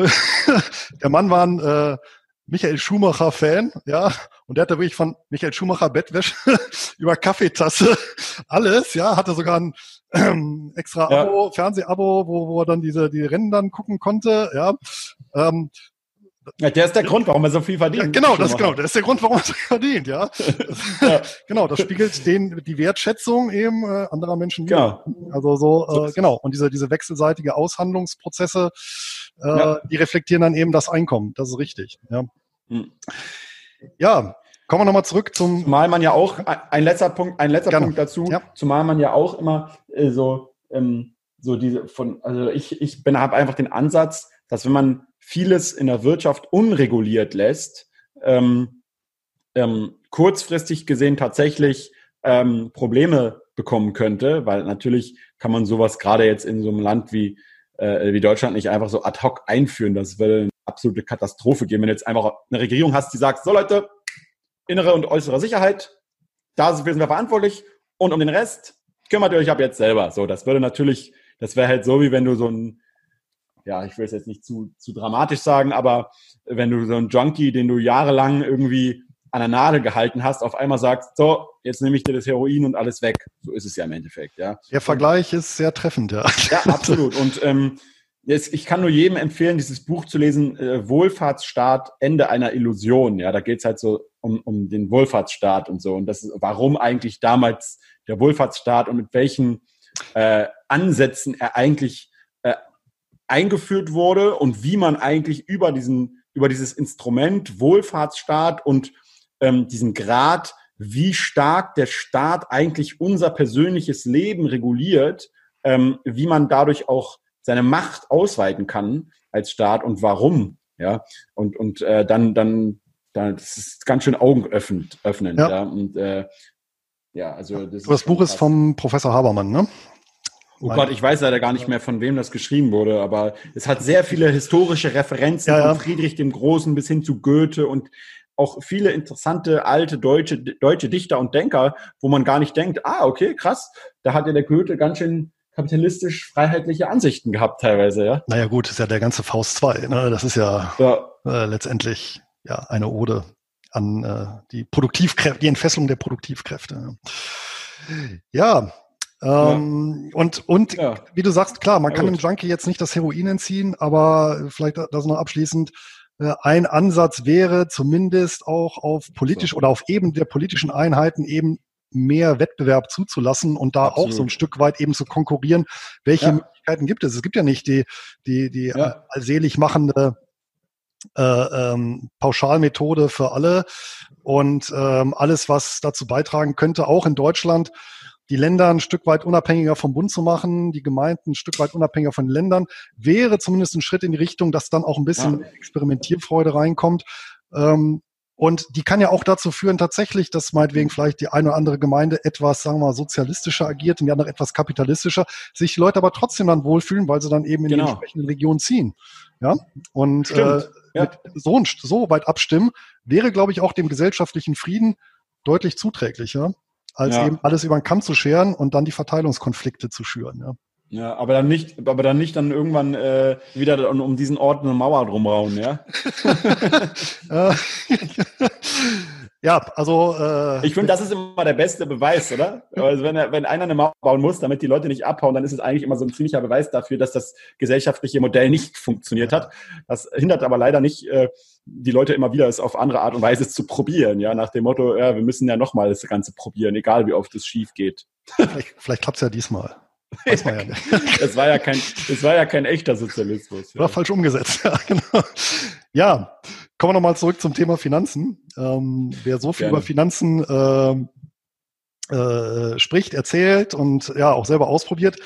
Der Mann war ein äh, Michael Schumacher-Fan, ja, und der hatte wirklich von Michael Schumacher Bettwäsche über Kaffeetasse, alles, ja, hatte sogar ein ähm, extra Abo, ja. Fernsehabo, wo, wo er dann diese die Rennen dann gucken konnte, ja. Ähm, ja, der ist der Grund, warum er so viel verdient. Ja, genau, das genau, der ist der Grund, warum er so viel verdient, ja. ja. Genau, das spiegelt den die Wertschätzung eben äh, anderer Menschen wieder. Genau. Also so, äh, genau, und diese diese wechselseitige Aushandlungsprozesse, äh, ja. die reflektieren dann eben das Einkommen, das ist richtig, ja. Hm. Ja, kommen wir nochmal zurück zum... Zumal man ja auch, ein letzter Punkt, ein letzter Gerne. Punkt dazu, ja. zumal man ja auch immer äh, so, ähm, so diese von, also ich, ich bin, habe einfach den Ansatz, dass wenn man vieles in der Wirtschaft unreguliert lässt, ähm, ähm, kurzfristig gesehen tatsächlich ähm, Probleme bekommen könnte, weil natürlich kann man sowas gerade jetzt in so einem Land wie, äh, wie Deutschland nicht einfach so ad hoc einführen. Das würde eine absolute Katastrophe geben, wenn du jetzt einfach eine Regierung hast, die sagt, so Leute, innere und äußere Sicherheit, da sind wir verantwortlich und um den Rest kümmert ihr euch ab jetzt selber. So, das würde natürlich, das wäre halt so, wie wenn du so ein, ja, ich will es jetzt nicht zu, zu dramatisch sagen, aber wenn du so einen Junkie, den du jahrelang irgendwie an der Nadel gehalten hast, auf einmal sagst, so, jetzt nehme ich dir das Heroin und alles weg. So ist es ja im Endeffekt, ja. Der Vergleich und, ist sehr treffend, ja. Ja, absolut. Und ähm, jetzt, ich kann nur jedem empfehlen, dieses Buch zu lesen, äh, Wohlfahrtsstaat, Ende einer Illusion. Ja, da geht's halt so um, um den Wohlfahrtsstaat und so. Und das ist, warum eigentlich damals der Wohlfahrtsstaat und mit welchen äh, Ansätzen er eigentlich äh, eingeführt wurde und wie man eigentlich über diesen, über dieses Instrument Wohlfahrtsstaat und ähm, diesen Grad, wie stark der Staat eigentlich unser persönliches Leben reguliert, ähm, wie man dadurch auch seine Macht ausweiten kann als Staat und warum, ja, und und äh, dann dann dann das ist ganz schön Augen öffnend, öffnend, ja, ja. Und äh, ja, also das, das Buch krass. Ist vom Professor Habermann, ne? Oh Gott, ich weiß leider gar nicht mehr, von wem das geschrieben wurde, aber es hat sehr viele historische Referenzen ja, ja. von Friedrich dem Großen bis hin zu Goethe und auch viele interessante alte deutsche deutsche Dichter und Denker, wo man gar nicht denkt, ah, okay, krass, da hat ja der Goethe ganz schön kapitalistisch-freiheitliche Ansichten gehabt teilweise, ja. Naja gut, das ist ja der ganze Faust zwei, ne? Das ist ja, ja. Äh, letztendlich ja eine Ode an äh, die Produktivkräfte, die Entfesselung der Produktivkräfte. Ja, ähm, ja. und, und ja. wie du sagst, klar, man ja, kann gut. dem Junkie jetzt nicht das Heroin entziehen, aber vielleicht das noch abschließend, äh, ein Ansatz wäre zumindest auch auf politisch so. oder auf Ebene der politischen Einheiten eben mehr Wettbewerb zuzulassen und da Absolut. auch so ein Stück weit eben zu konkurrieren. Welche ja. Möglichkeiten gibt es? Es gibt ja nicht die, die, die ja. allselig machende äh, ähm, Pauschalmethode für alle und ähm, alles, was dazu beitragen könnte, auch in Deutschland, die Länder ein Stück weit unabhängiger vom Bund zu machen, die Gemeinden ein Stück weit unabhängiger von den Ländern, wäre zumindest ein Schritt in die Richtung, dass dann auch ein bisschen ja. Experimentierfreude reinkommt. Ähm, und die kann ja auch dazu führen, tatsächlich, dass meinetwegen vielleicht die eine oder andere Gemeinde etwas, sagen wir mal, sozialistischer agiert und die andere etwas kapitalistischer, sich die Leute aber trotzdem dann wohlfühlen, weil sie dann eben in genau. die entsprechenden Regionen ziehen. Ja, und äh, ja. mit so, so weit abstimmen, wäre, glaube ich, auch dem gesellschaftlichen Frieden deutlich zuträglicher, als ja. eben alles über den Kamm zu scheren und dann die Verteilungskonflikte zu schüren. Ja, ja aber dann nicht, aber dann nicht dann irgendwann äh, wieder um, um diesen Ort eine Mauer drumrauen, ja? Ja, also äh, ich finde, das ist immer der beste Beweis, oder? Also wenn, er, wenn einer eine Mauer bauen muss, damit die Leute nicht abhauen, dann ist es eigentlich immer so ein ziemlicher Beweis dafür, dass das gesellschaftliche Modell nicht funktioniert hat. Das hindert aber leider nicht äh, die Leute immer wieder, es auf andere Art und Weise zu probieren, ja, nach dem Motto, ja, wir müssen ja nochmal das Ganze probieren, egal wie oft es schief geht. Vielleicht, vielleicht klappt es ja diesmal. Weiß man ja nicht. Das war ja kein, das war ja kein echter Sozialismus. Ja. War falsch umgesetzt, ja, genau. Ja, kommen wir nochmal zurück zum Thema Finanzen. Ähm, wer so viel Gerne. über Finanzen äh, äh, spricht, erzählt und ja auch selber ausprobiert,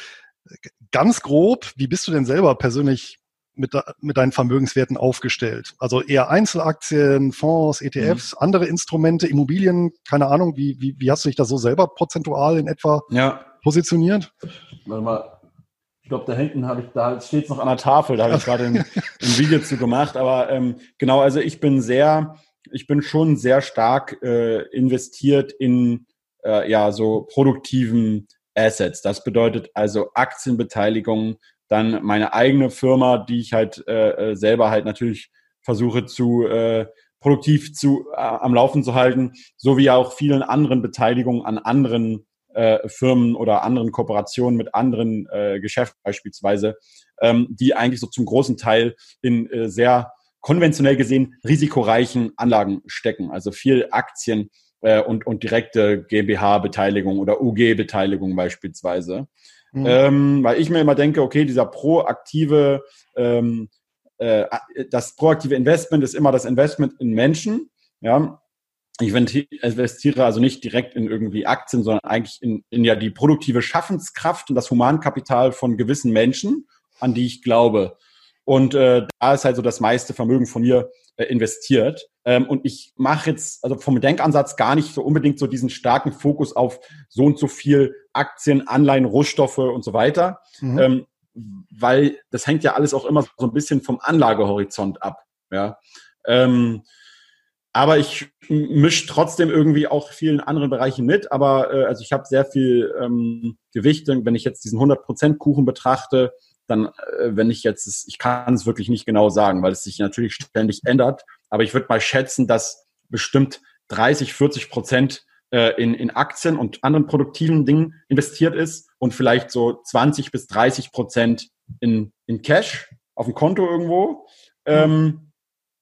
ganz grob, wie bist du denn selber persönlich mit, mit deinen Vermögenswerten aufgestellt? Also eher Einzelaktien, Fonds, E T Fs, mhm. andere Instrumente, Immobilien, keine Ahnung, wie, wie, wie hast du dich da so selber prozentual in etwa ja. positioniert? Warte mal. Ich glaube, da hinten habe ich, da steht es noch an der Tafel, da habe ich gerade ein, ein Video zu gemacht. Aber ähm, genau, also ich bin sehr, ich bin schon sehr stark äh, investiert in äh, ja so produktiven Assets. Das bedeutet also Aktienbeteiligung, dann meine eigene Firma, die ich halt äh, selber halt natürlich versuche zu äh, produktiv zu äh, am Laufen zu halten, sowie auch vielen anderen Beteiligungen an anderen Äh, Firmen oder anderen Kooperationen mit anderen äh, Geschäften beispielsweise, ähm, die eigentlich so zum großen Teil in äh, sehr konventionell gesehen risikoreichen Anlagen stecken. Also viel Aktien äh, und, und direkte GmbH-Beteiligung oder U G-Beteiligung beispielsweise. Mhm. Ähm, weil ich mir immer denke, okay, dieser proaktive, ähm, äh, das proaktive Investment ist immer das Investment in Menschen, ja. Ich investiere also nicht direkt in irgendwie Aktien, sondern eigentlich in, in ja die produktive Schaffenskraft und das Humankapital von gewissen Menschen, an die ich glaube. Und äh, da ist halt so das meiste Vermögen von mir äh, investiert. Ähm, und ich mache jetzt also vom Denkansatz gar nicht so unbedingt so diesen starken Fokus auf so und so viel Aktien, Anleihen, Rohstoffe und so weiter, mhm. ähm, weil das hängt ja alles auch immer so ein bisschen vom Anlagehorizont ab. Ja. Ähm, Aber ich mische trotzdem irgendwie auch vielen anderen Bereichen mit. Aber äh, also ich habe sehr viel ähm, Gewichtung. Wenn ich jetzt diesen hundert Prozent Kuchen betrachte, dann, äh, wenn ich jetzt, ich kann es wirklich nicht genau sagen, weil es sich natürlich ständig ändert. Aber ich würde mal schätzen, dass bestimmt dreißig, vierzig Prozent äh, in, in Aktien und anderen produktiven Dingen investiert ist und vielleicht so zwanzig bis dreißig Prozent in, in Cash auf dem Konto irgendwo. Ähm,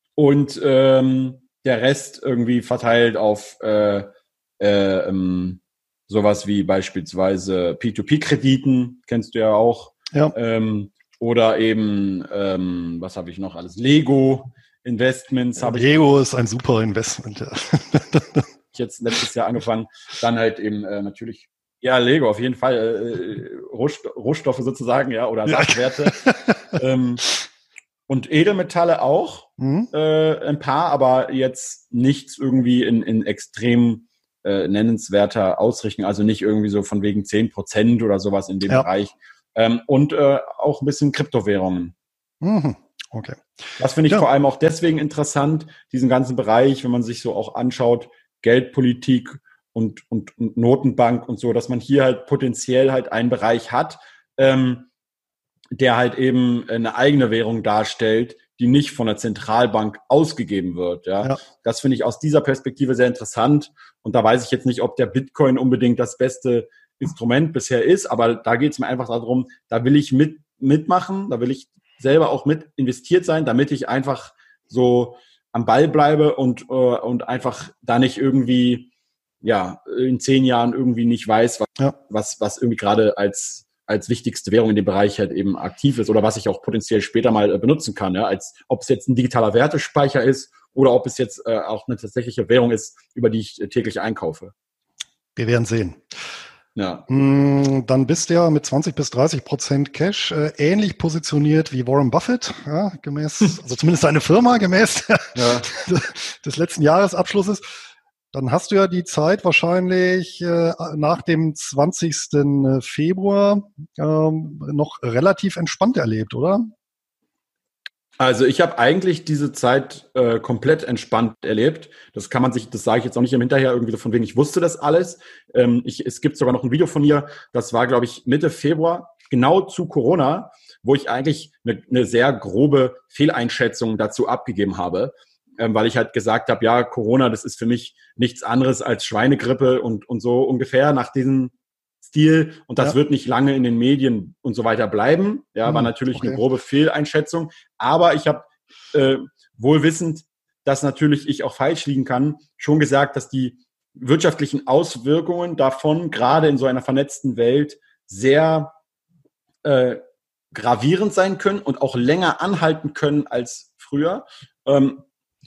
und ähm, der Rest irgendwie verteilt auf äh, äh, ähm, sowas wie beispielsweise P zwei P-Krediten, kennst du ja auch. Ja. Ähm, oder eben, ähm, was habe ich noch alles? Lego-Investments habe ich. Lego ist ein super Investment, ja. Ich jetzt letztes Jahr angefangen. Dann halt eben äh, natürlich, ja, Lego auf jeden Fall, äh, Rohst- Rohstoffe sozusagen, ja, oder Sachwerte. Ja. ähm, Und Edelmetalle auch, mhm. äh, ein paar, aber jetzt nichts irgendwie in, in extrem äh, nennenswerter Ausrichtung, also nicht irgendwie so von wegen zehn Prozent oder sowas in dem ja. Bereich. Ähm, und äh, auch ein bisschen Kryptowährungen. Mhm. Okay. Das finde ich ja. vor allem auch deswegen interessant, diesen ganzen Bereich, wenn man sich so auch anschaut, Geldpolitik und, und, und Notenbank und so, dass man hier halt potenziell halt einen Bereich hat, ähm, der halt eben eine eigene Währung darstellt, die nicht von der Zentralbank ausgegeben wird. Ja, ja. Das finde ich aus dieser Perspektive sehr interessant. Und da weiß ich jetzt nicht, ob der Bitcoin unbedingt das beste Instrument bisher ist, aber da geht es mir einfach darum, da will ich mit mitmachen, da will ich selber auch mit investiert sein, damit ich einfach so am Ball bleibe und äh, und einfach da nicht irgendwie ja in zehn Jahren irgendwie nicht weiß, was ja. was, was irgendwie gerade als als wichtigste Währung in dem Bereich halt eben aktiv ist oder was ich auch potenziell später mal äh, benutzen kann, ja, als ob es jetzt ein digitaler Wertespeicher ist oder ob es jetzt äh, auch eine tatsächliche Währung ist, über die ich äh, täglich einkaufe. Wir werden sehen. Ja. Dann bist du ja mit zwanzig bis dreißig Prozent Cash äh, ähnlich positioniert wie Warren Buffett, ja, gemäß, also zumindest seine Firma, gemäß ja. des letzten Jahresabschlusses. Dann hast du ja die Zeit wahrscheinlich äh, nach dem zwanzigsten Februar ähm, noch relativ entspannt erlebt, oder? Also ich habe eigentlich diese Zeit äh, komplett entspannt erlebt. Das kann man sich, das sage ich jetzt auch nicht im Hinterher irgendwie so von wegen, ich wusste das alles. Ähm, ich, es gibt sogar noch ein Video von mir, das war, glaube ich, Mitte Februar, genau zu Corona, wo ich eigentlich eine, eine sehr grobe Fehleinschätzung dazu abgegeben habe. Ähm, weil ich halt gesagt habe, ja, Corona, das ist für mich nichts anderes als Schweinegrippe und, und so ungefähr nach diesem Stil. Und das ja. wird nicht lange in den Medien und so weiter bleiben. Ja, hm, war natürlich okay. eine grobe Fehleinschätzung. Aber ich habe äh, wohl wissend, dass natürlich ich auch falsch liegen kann, schon gesagt, dass die wirtschaftlichen Auswirkungen davon gerade in so einer vernetzten Welt sehr äh, gravierend sein können und auch länger anhalten können als früher. Ähm,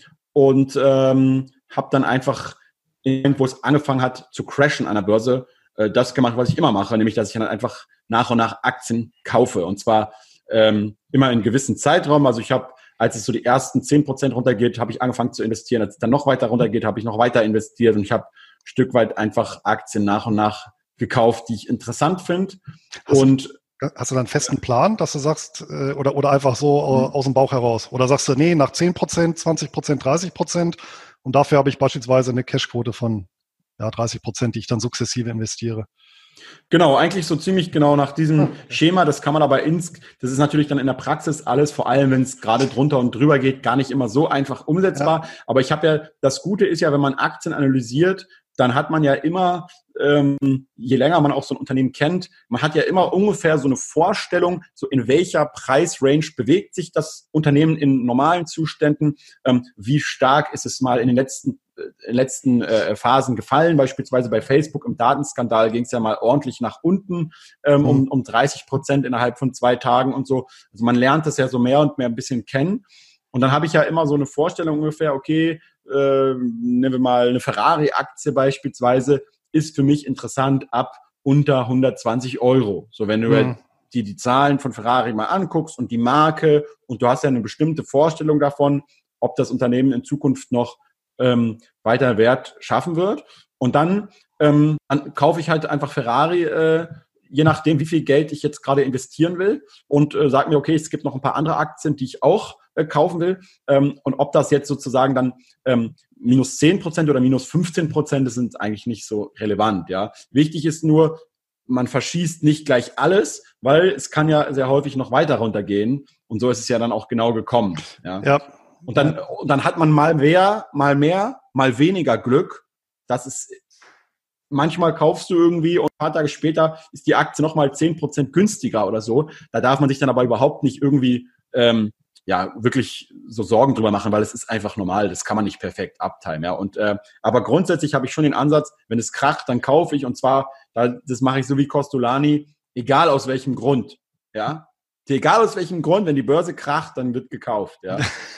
Und ähm, habe dann einfach, wo es angefangen hat zu crashen an der Börse, äh, das gemacht, was ich immer mache, nämlich, dass ich dann einfach nach und nach Aktien kaufe. Und zwar ähm, immer in einem gewissen Zeitraum. Also ich habe, als es so die ersten zehn Prozent runtergeht, habe ich angefangen zu investieren. Als es dann noch weiter runtergeht, habe ich noch weiter investiert. Und ich habe ein Stück weit einfach Aktien nach und nach gekauft, die ich interessant finde. Und hast du dann einen festen Plan, dass du sagst, äh, oder, oder einfach so äh, aus dem Bauch heraus? Oder sagst du, nee, nach zehn Prozent, zwanzig Prozent, dreißig Prozent und dafür habe ich beispielsweise eine Cashquote von ja, dreißig Prozent, die ich dann sukzessive investiere? Genau, eigentlich so ziemlich genau nach diesem okay. Schema. Das kann man aber ins, das ist natürlich dann in der Praxis alles, vor allem wenn es gerade drunter und drüber geht, gar nicht immer so einfach umsetzbar. Ja. Aber ich habe ja, das Gute ist ja, wenn man Aktien analysiert, dann hat man ja immer, ähm, je länger man auch so ein Unternehmen kennt, man hat ja immer ungefähr so eine Vorstellung, so in welcher Preisrange bewegt sich das Unternehmen in normalen Zuständen, ähm, wie stark ist es mal in den letzten, äh, letzten äh, Phasen gefallen. Beispielsweise bei Facebook im Datenskandal ging es ja mal ordentlich nach unten, ähm, mhm. um, um dreißig Prozent innerhalb von zwei Tagen und so. Also man lernt das ja so mehr und mehr ein bisschen kennen. Und dann habe ich ja immer so eine Vorstellung ungefähr, okay, äh, nehmen wir mal eine Ferrari-Aktie beispielsweise, ist für mich interessant ab unter hundertzwanzig Euro. So, wenn du mhm. die, die Zahlen von Ferrari mal anguckst und die Marke und du hast ja eine bestimmte Vorstellung davon, ob das Unternehmen in Zukunft noch ähm, weiter Wert schaffen wird. Und dann ähm, an, kaufe ich halt einfach Ferrari, äh, je nachdem, wie viel Geld ich jetzt gerade investieren will und äh, sage mir, okay, es gibt noch ein paar andere Aktien, die ich auch äh, kaufen will. Ähm, und ob das jetzt sozusagen dann ähm, minus zehn Prozent oder minus fünfzehn Prozent, das sind eigentlich nicht so relevant. Ja, wichtig ist nur, man verschießt nicht gleich alles, weil es kann ja sehr häufig noch weiter runtergehen. Und so ist es ja dann auch genau gekommen. Ja. ja. Und dann, und dann hat man mal mehr, mal mehr, mal weniger Glück. Das ist manchmal kaufst du irgendwie und ein paar Tage später ist die Aktie nochmal zehn Prozent günstiger oder so. Da darf man sich dann aber überhaupt nicht irgendwie ähm, ja wirklich so Sorgen drüber machen, weil es ist einfach normal. Das kann man nicht perfekt abtimen. Ja. Und, äh, aber grundsätzlich habe ich schon den Ansatz, wenn es kracht, dann kaufe ich. Und zwar, das mache ich so wie Costolani, egal aus welchem Grund. Ja. Egal aus welchem Grund, wenn die Börse kracht, dann wird gekauft. Ja.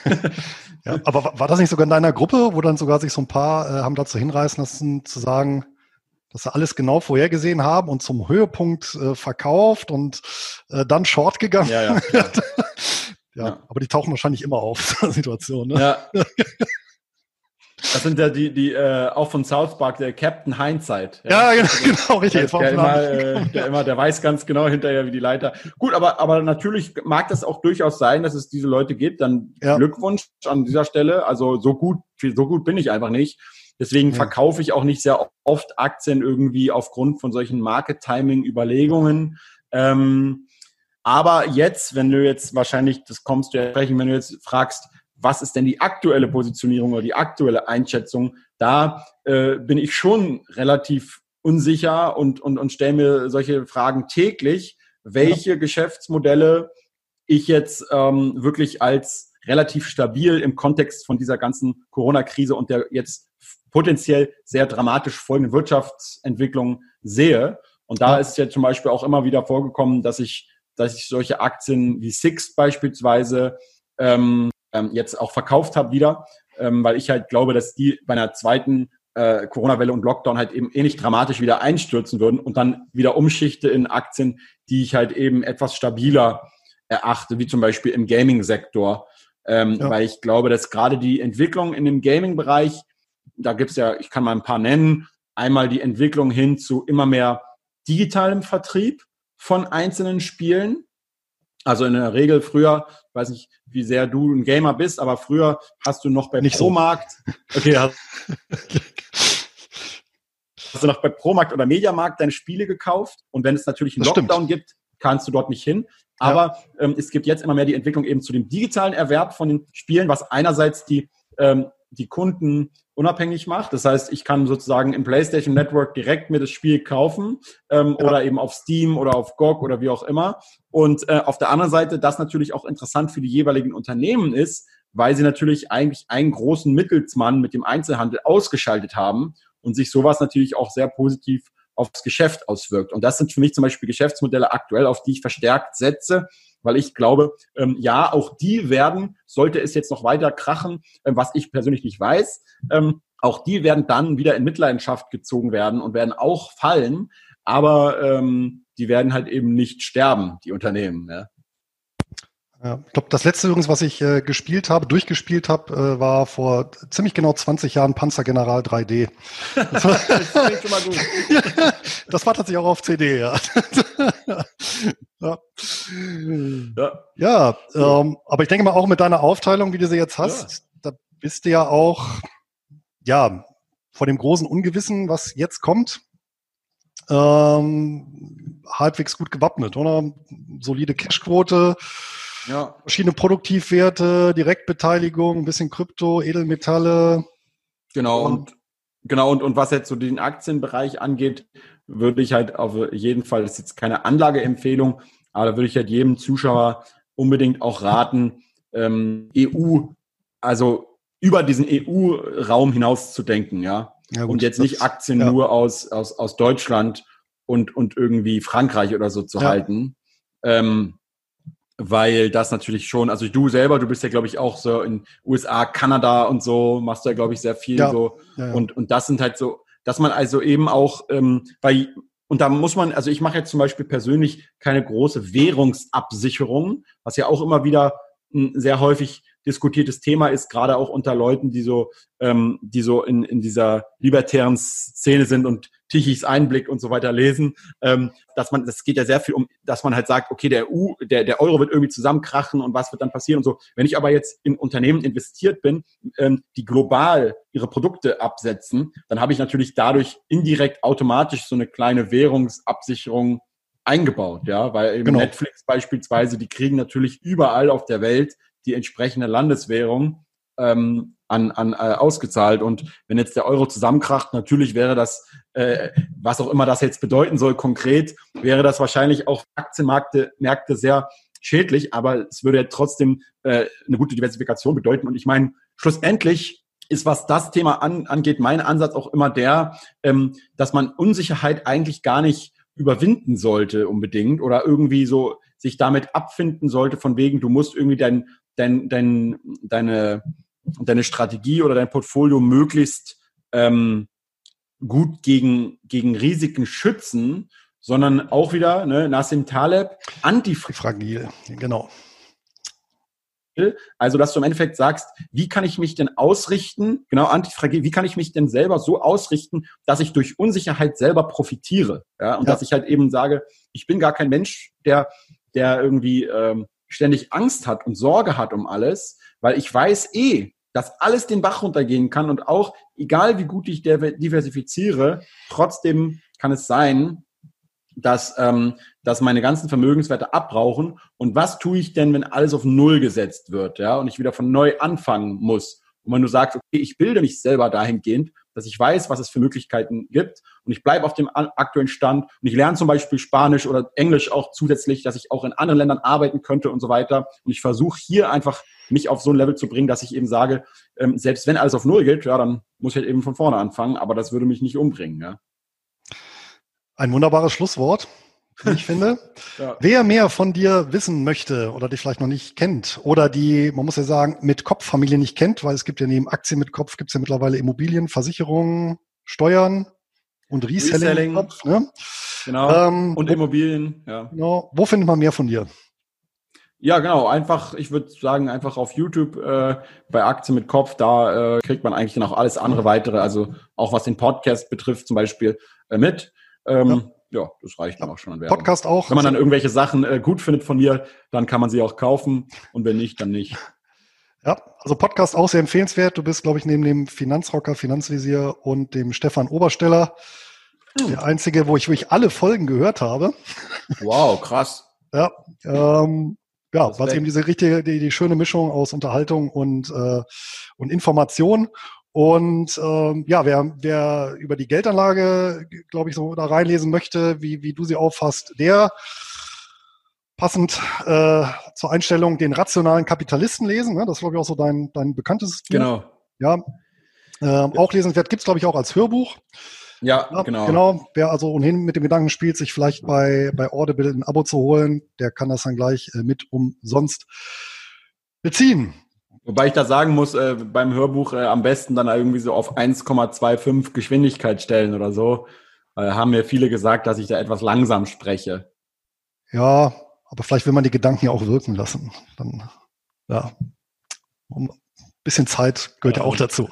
ja, aber war das nicht sogar in deiner Gruppe, wo dann sogar sich so ein paar äh, haben dazu hinreißen lassen, zu sagen, dass sie alles genau vorhergesehen haben und zum Höhepunkt äh, verkauft und äh, dann short gegangen? Ja, ja, ja. ja, ja. Aber die tauchen wahrscheinlich immer auf, so eine Situation. Ne? Ja. Das sind ja die, die äh, auch von South Park, der Captain Hindsight. Ja, ja genau, genau, richtig. Der, der, immer, äh, der immer, der weiß ganz genau hinterher, wie die Leiter. Gut, aber, aber natürlich mag das auch durchaus sein, dass es diese Leute gibt. Dann ja. Glückwunsch an dieser Stelle. Also so gut, so gut bin ich einfach nicht. Deswegen ja. verkaufe ich auch nicht sehr oft Aktien irgendwie aufgrund von solchen Market-Timing-Überlegungen. Ähm, aber jetzt, wenn du jetzt wahrscheinlich, das kommst du ja sprechen, wenn du jetzt fragst, was ist denn die aktuelle Positionierung oder die aktuelle Einschätzung, da äh, bin ich schon relativ unsicher und, und, und stelle mir solche Fragen täglich, welche ja. Geschäftsmodelle ich jetzt ähm, wirklich als relativ stabil im Kontext von dieser ganzen Corona-Krise und der jetzt potenziell sehr dramatisch folgenden Wirtschaftsentwicklung sehe. Und da ja. ist es ja zum Beispiel auch immer wieder vorgekommen, dass ich, dass ich solche Aktien wie Sixt beispielsweise ähm, ähm, jetzt auch verkauft habe wieder, ähm, weil ich halt glaube, dass die bei einer zweiten äh, Corona-Welle und Lockdown halt eben ähnlich dramatisch wieder einstürzen würden und dann wieder umschichte in Aktien, die ich halt eben etwas stabiler erachte, wie zum Beispiel im Gaming-Sektor, ähm, ja. weil ich glaube, dass gerade die Entwicklung in dem Gaming-Bereich, da gibt's ja, ich kann mal ein paar nennen, einmal die Entwicklung hin zu immer mehr digitalem Vertrieb von einzelnen Spielen. Also in der Regel früher, ich weiß nicht, wie sehr du ein Gamer bist, aber früher hast du noch bei nicht Promarkt, so. okay, hast, hast du noch bei Promarkt oder Mediamarkt deine Spiele gekauft und wenn es natürlich einen das Lockdown stimmt. gibt, kannst du dort nicht hin. Aber ja. ähm, es gibt jetzt immer mehr die Entwicklung eben zu dem digitalen Erwerb von den Spielen, was einerseits die ähm, die Kunden unabhängig macht. Das heißt, ich kann sozusagen im PlayStation Network direkt mir das Spiel kaufen ähm, ja. oder eben auf Steam oder auf G O G oder wie auch immer. Und äh, auf der anderen Seite, das natürlich auch interessant für die jeweiligen Unternehmen ist, weil sie natürlich eigentlich einen großen Mittelsmann mit dem Einzelhandel ausgeschaltet haben und sich sowas natürlich auch sehr positiv aufs Geschäft auswirkt. Und das sind für mich zum Beispiel Geschäftsmodelle aktuell, auf die ich verstärkt setze, weil ich glaube, ähm, ja, auch die werden, sollte es jetzt noch weiter krachen, ähm, was ich persönlich nicht weiß, ähm, auch die werden dann wieder in Mitleidenschaft gezogen werden und werden auch fallen, aber ähm, die werden halt eben nicht sterben, die Unternehmen. Ja. Ja, ich glaube, das letzte übrigens, was ich äh, gespielt habe, durchgespielt habe, äh, war vor ziemlich genau zwanzig Jahren Panzergeneral drei D. Das war, das klingt schon mal gut. Das war tatsächlich auch auf C D, ja. ja, ja, ja ähm, aber ich denke mal auch mit deiner Aufteilung, wie du sie jetzt hast, ja. da bist du ja auch ja vor dem großen Ungewissen, was jetzt kommt, ähm, halbwegs gut gewappnet, oder? Solide Cashquote. Ja. Verschiedene Produktivwerte, Direktbeteiligung, ein bisschen Krypto, Edelmetalle. Genau, und, und genau, und, und was jetzt so den Aktienbereich angeht, würde ich halt auf jeden Fall, das ist jetzt keine Anlageempfehlung, aber da würde ich halt jedem Zuschauer unbedingt auch raten, ähm, E U, also über diesen E U-Raum hinaus zu denken, ja. ja gut, und jetzt nicht Aktien ja. nur aus, aus, aus Deutschland und, und irgendwie Frankreich oder so zu ja. halten. Ähm, weil das natürlich schon, also du selber, du bist ja, glaube ich, auch so in U S A, Kanada und so, machst du ja, glaube ich, sehr viel ja. so. Ja, ja. Und, und das sind halt so, dass man also eben auch, ähm, weil, und da muss man, also ich mache jetzt zum Beispiel persönlich keine große Währungsabsicherung, was ja auch immer wieder ein sehr häufig diskutiertes Thema ist, gerade auch unter Leuten, die so, ähm, die so in, in dieser libertären Szene sind und Tichys Einblick und so weiter lesen, ähm, dass man, das geht ja sehr viel um, dass man halt sagt, okay, der U, der, der Euro wird irgendwie zusammenkrachen und was wird dann passieren und so. Wenn ich aber jetzt in Unternehmen investiert bin, ähm, die global ihre Produkte absetzen, dann habe ich natürlich dadurch indirekt automatisch so eine kleine Währungsabsicherung eingebaut, ja, weil eben genau. Netflix beispielsweise, die kriegen natürlich überall auf der Welt die entsprechende Landeswährung ähm, an, an äh, ausgezahlt. Und wenn jetzt der Euro zusammenkracht, natürlich wäre das, äh, was auch immer das jetzt bedeuten soll, konkret, wäre das wahrscheinlich auch für Aktienmärkte Märkte sehr schädlich, aber es würde ja trotzdem äh, eine gute Diversifikation bedeuten. Und ich meine, schlussendlich ist, was das Thema an, angeht, mein Ansatz auch immer der, ähm, dass man Unsicherheit eigentlich gar nicht überwinden sollte unbedingt oder irgendwie so sich damit abfinden sollte, von wegen, du musst irgendwie dein Dein, dein, deine, deine Strategie oder dein Portfolio möglichst ähm, gut gegen, gegen Risiken schützen, sondern auch wieder, ne, Nassim Taleb, antifragil. Fragil, genau. Also, dass du im Endeffekt sagst, wie kann ich mich denn ausrichten, genau, antifragil, wie kann ich mich denn selber so ausrichten, dass ich durch Unsicherheit selber profitiere, ja, und ja. dass ich halt eben sage, ich bin gar kein Mensch, der, der irgendwie ähm, ständig Angst hat und Sorge hat um alles, weil ich weiß eh, dass alles den Bach runtergehen kann und auch, egal wie gut ich diversifiziere, trotzdem kann es sein, dass, ähm, dass meine ganzen Vermögenswerte abbrauchen. Und was tue ich denn, wenn alles auf Null gesetzt wird, ja, und ich wieder von neu anfangen muss? Und wenn du sagst, okay, ich bilde mich selber dahingehend, dass ich weiß, was es für Möglichkeiten gibt und ich bleibe auf dem aktuellen Stand und ich lerne zum Beispiel Spanisch oder Englisch auch zusätzlich, dass ich auch in anderen Ländern arbeiten könnte und so weiter. Und ich versuche hier einfach mich auf so ein Level zu bringen, dass ich eben sage, ähm, selbst wenn alles auf Null geht, ja, dann muss ich halt eben von vorne anfangen, aber das würde mich nicht umbringen, ja. Ein wunderbares Schlusswort, wie ich finde. Ja. Wer mehr von dir wissen möchte oder dich vielleicht noch nicht kennt oder die, man muss ja sagen, mit Kopf-Familie nicht kennt, weil es gibt ja neben Aktien mit Kopf, gibt es ja mittlerweile Immobilien, Versicherungen, Steuern und Reselling. Reselling. Mit Kopf, ne? Genau. Ähm, und wo, Immobilien, ja. Genau. Wo findet man mehr von dir? Ja, genau. Einfach, ich würde sagen, einfach auf YouTube äh, bei Aktien mit Kopf, da äh, kriegt man eigentlich dann auch alles andere weitere, also auch was den Podcast betrifft zum Beispiel, äh, mit. Ähm, ja. ja, das reicht dann auch schon an Werbung. Podcast auch. Wenn man dann irgendwelche Sachen äh, gut findet von mir, dann kann man sie auch kaufen und wenn nicht, dann nicht. Ja, also Podcast auch sehr empfehlenswert. Du bist, glaube ich, neben dem Finanzrocker, Finanzvisier und dem Stefan Obersteller hm. der einzige, wo ich wirklich alle Folgen gehört habe. Wow, krass. Ja, ähm, ja, weil es eben diese richtige, die, die schöne Mischung aus Unterhaltung und äh, und Information. Und ähm, ja, wer, wer über die Geldanlage, glaube ich, so da reinlesen möchte, wie, wie du sie auffasst, der passend äh, zur Einstellung den rationalen Kapitalisten lesen. Ne? Das ist, glaube ich, auch so dein, dein bekanntestes Buch. Genau. Ja, ähm, auch lesenswert gibt's glaube ich, auch als Hörbuch. Ja, ja, genau. Genau. Wer also ohnehin mit dem Gedanken spielt, sich vielleicht bei, bei Audible ein Abo zu holen, der kann das dann gleich äh, mit umsonst beziehen. Wobei ich da sagen muss, äh, beim Hörbuch äh, am besten dann irgendwie so auf eins Komma fünfundzwanzig Geschwindigkeit stellen oder so. Äh, haben mir viele gesagt, dass ich da etwas langsam spreche. Ja, aber vielleicht will man die Gedanken ja auch wirken lassen. Dann, ja, ein bisschen Zeit gehört ja, ja auch dazu.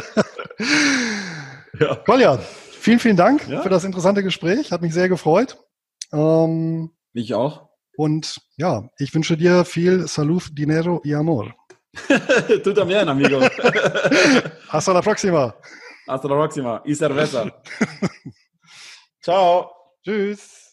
Ja. Kolja, vielen, vielen Dank ja. für das interessante Gespräch. Hat mich sehr gefreut. Ähm, ich auch. Und ja, ich wünsche dir viel Salud, Dinero y Amor. Tú también, amigo. Hasta la próxima. Hasta la próxima. Y cerveza. Ciao. Tschüss.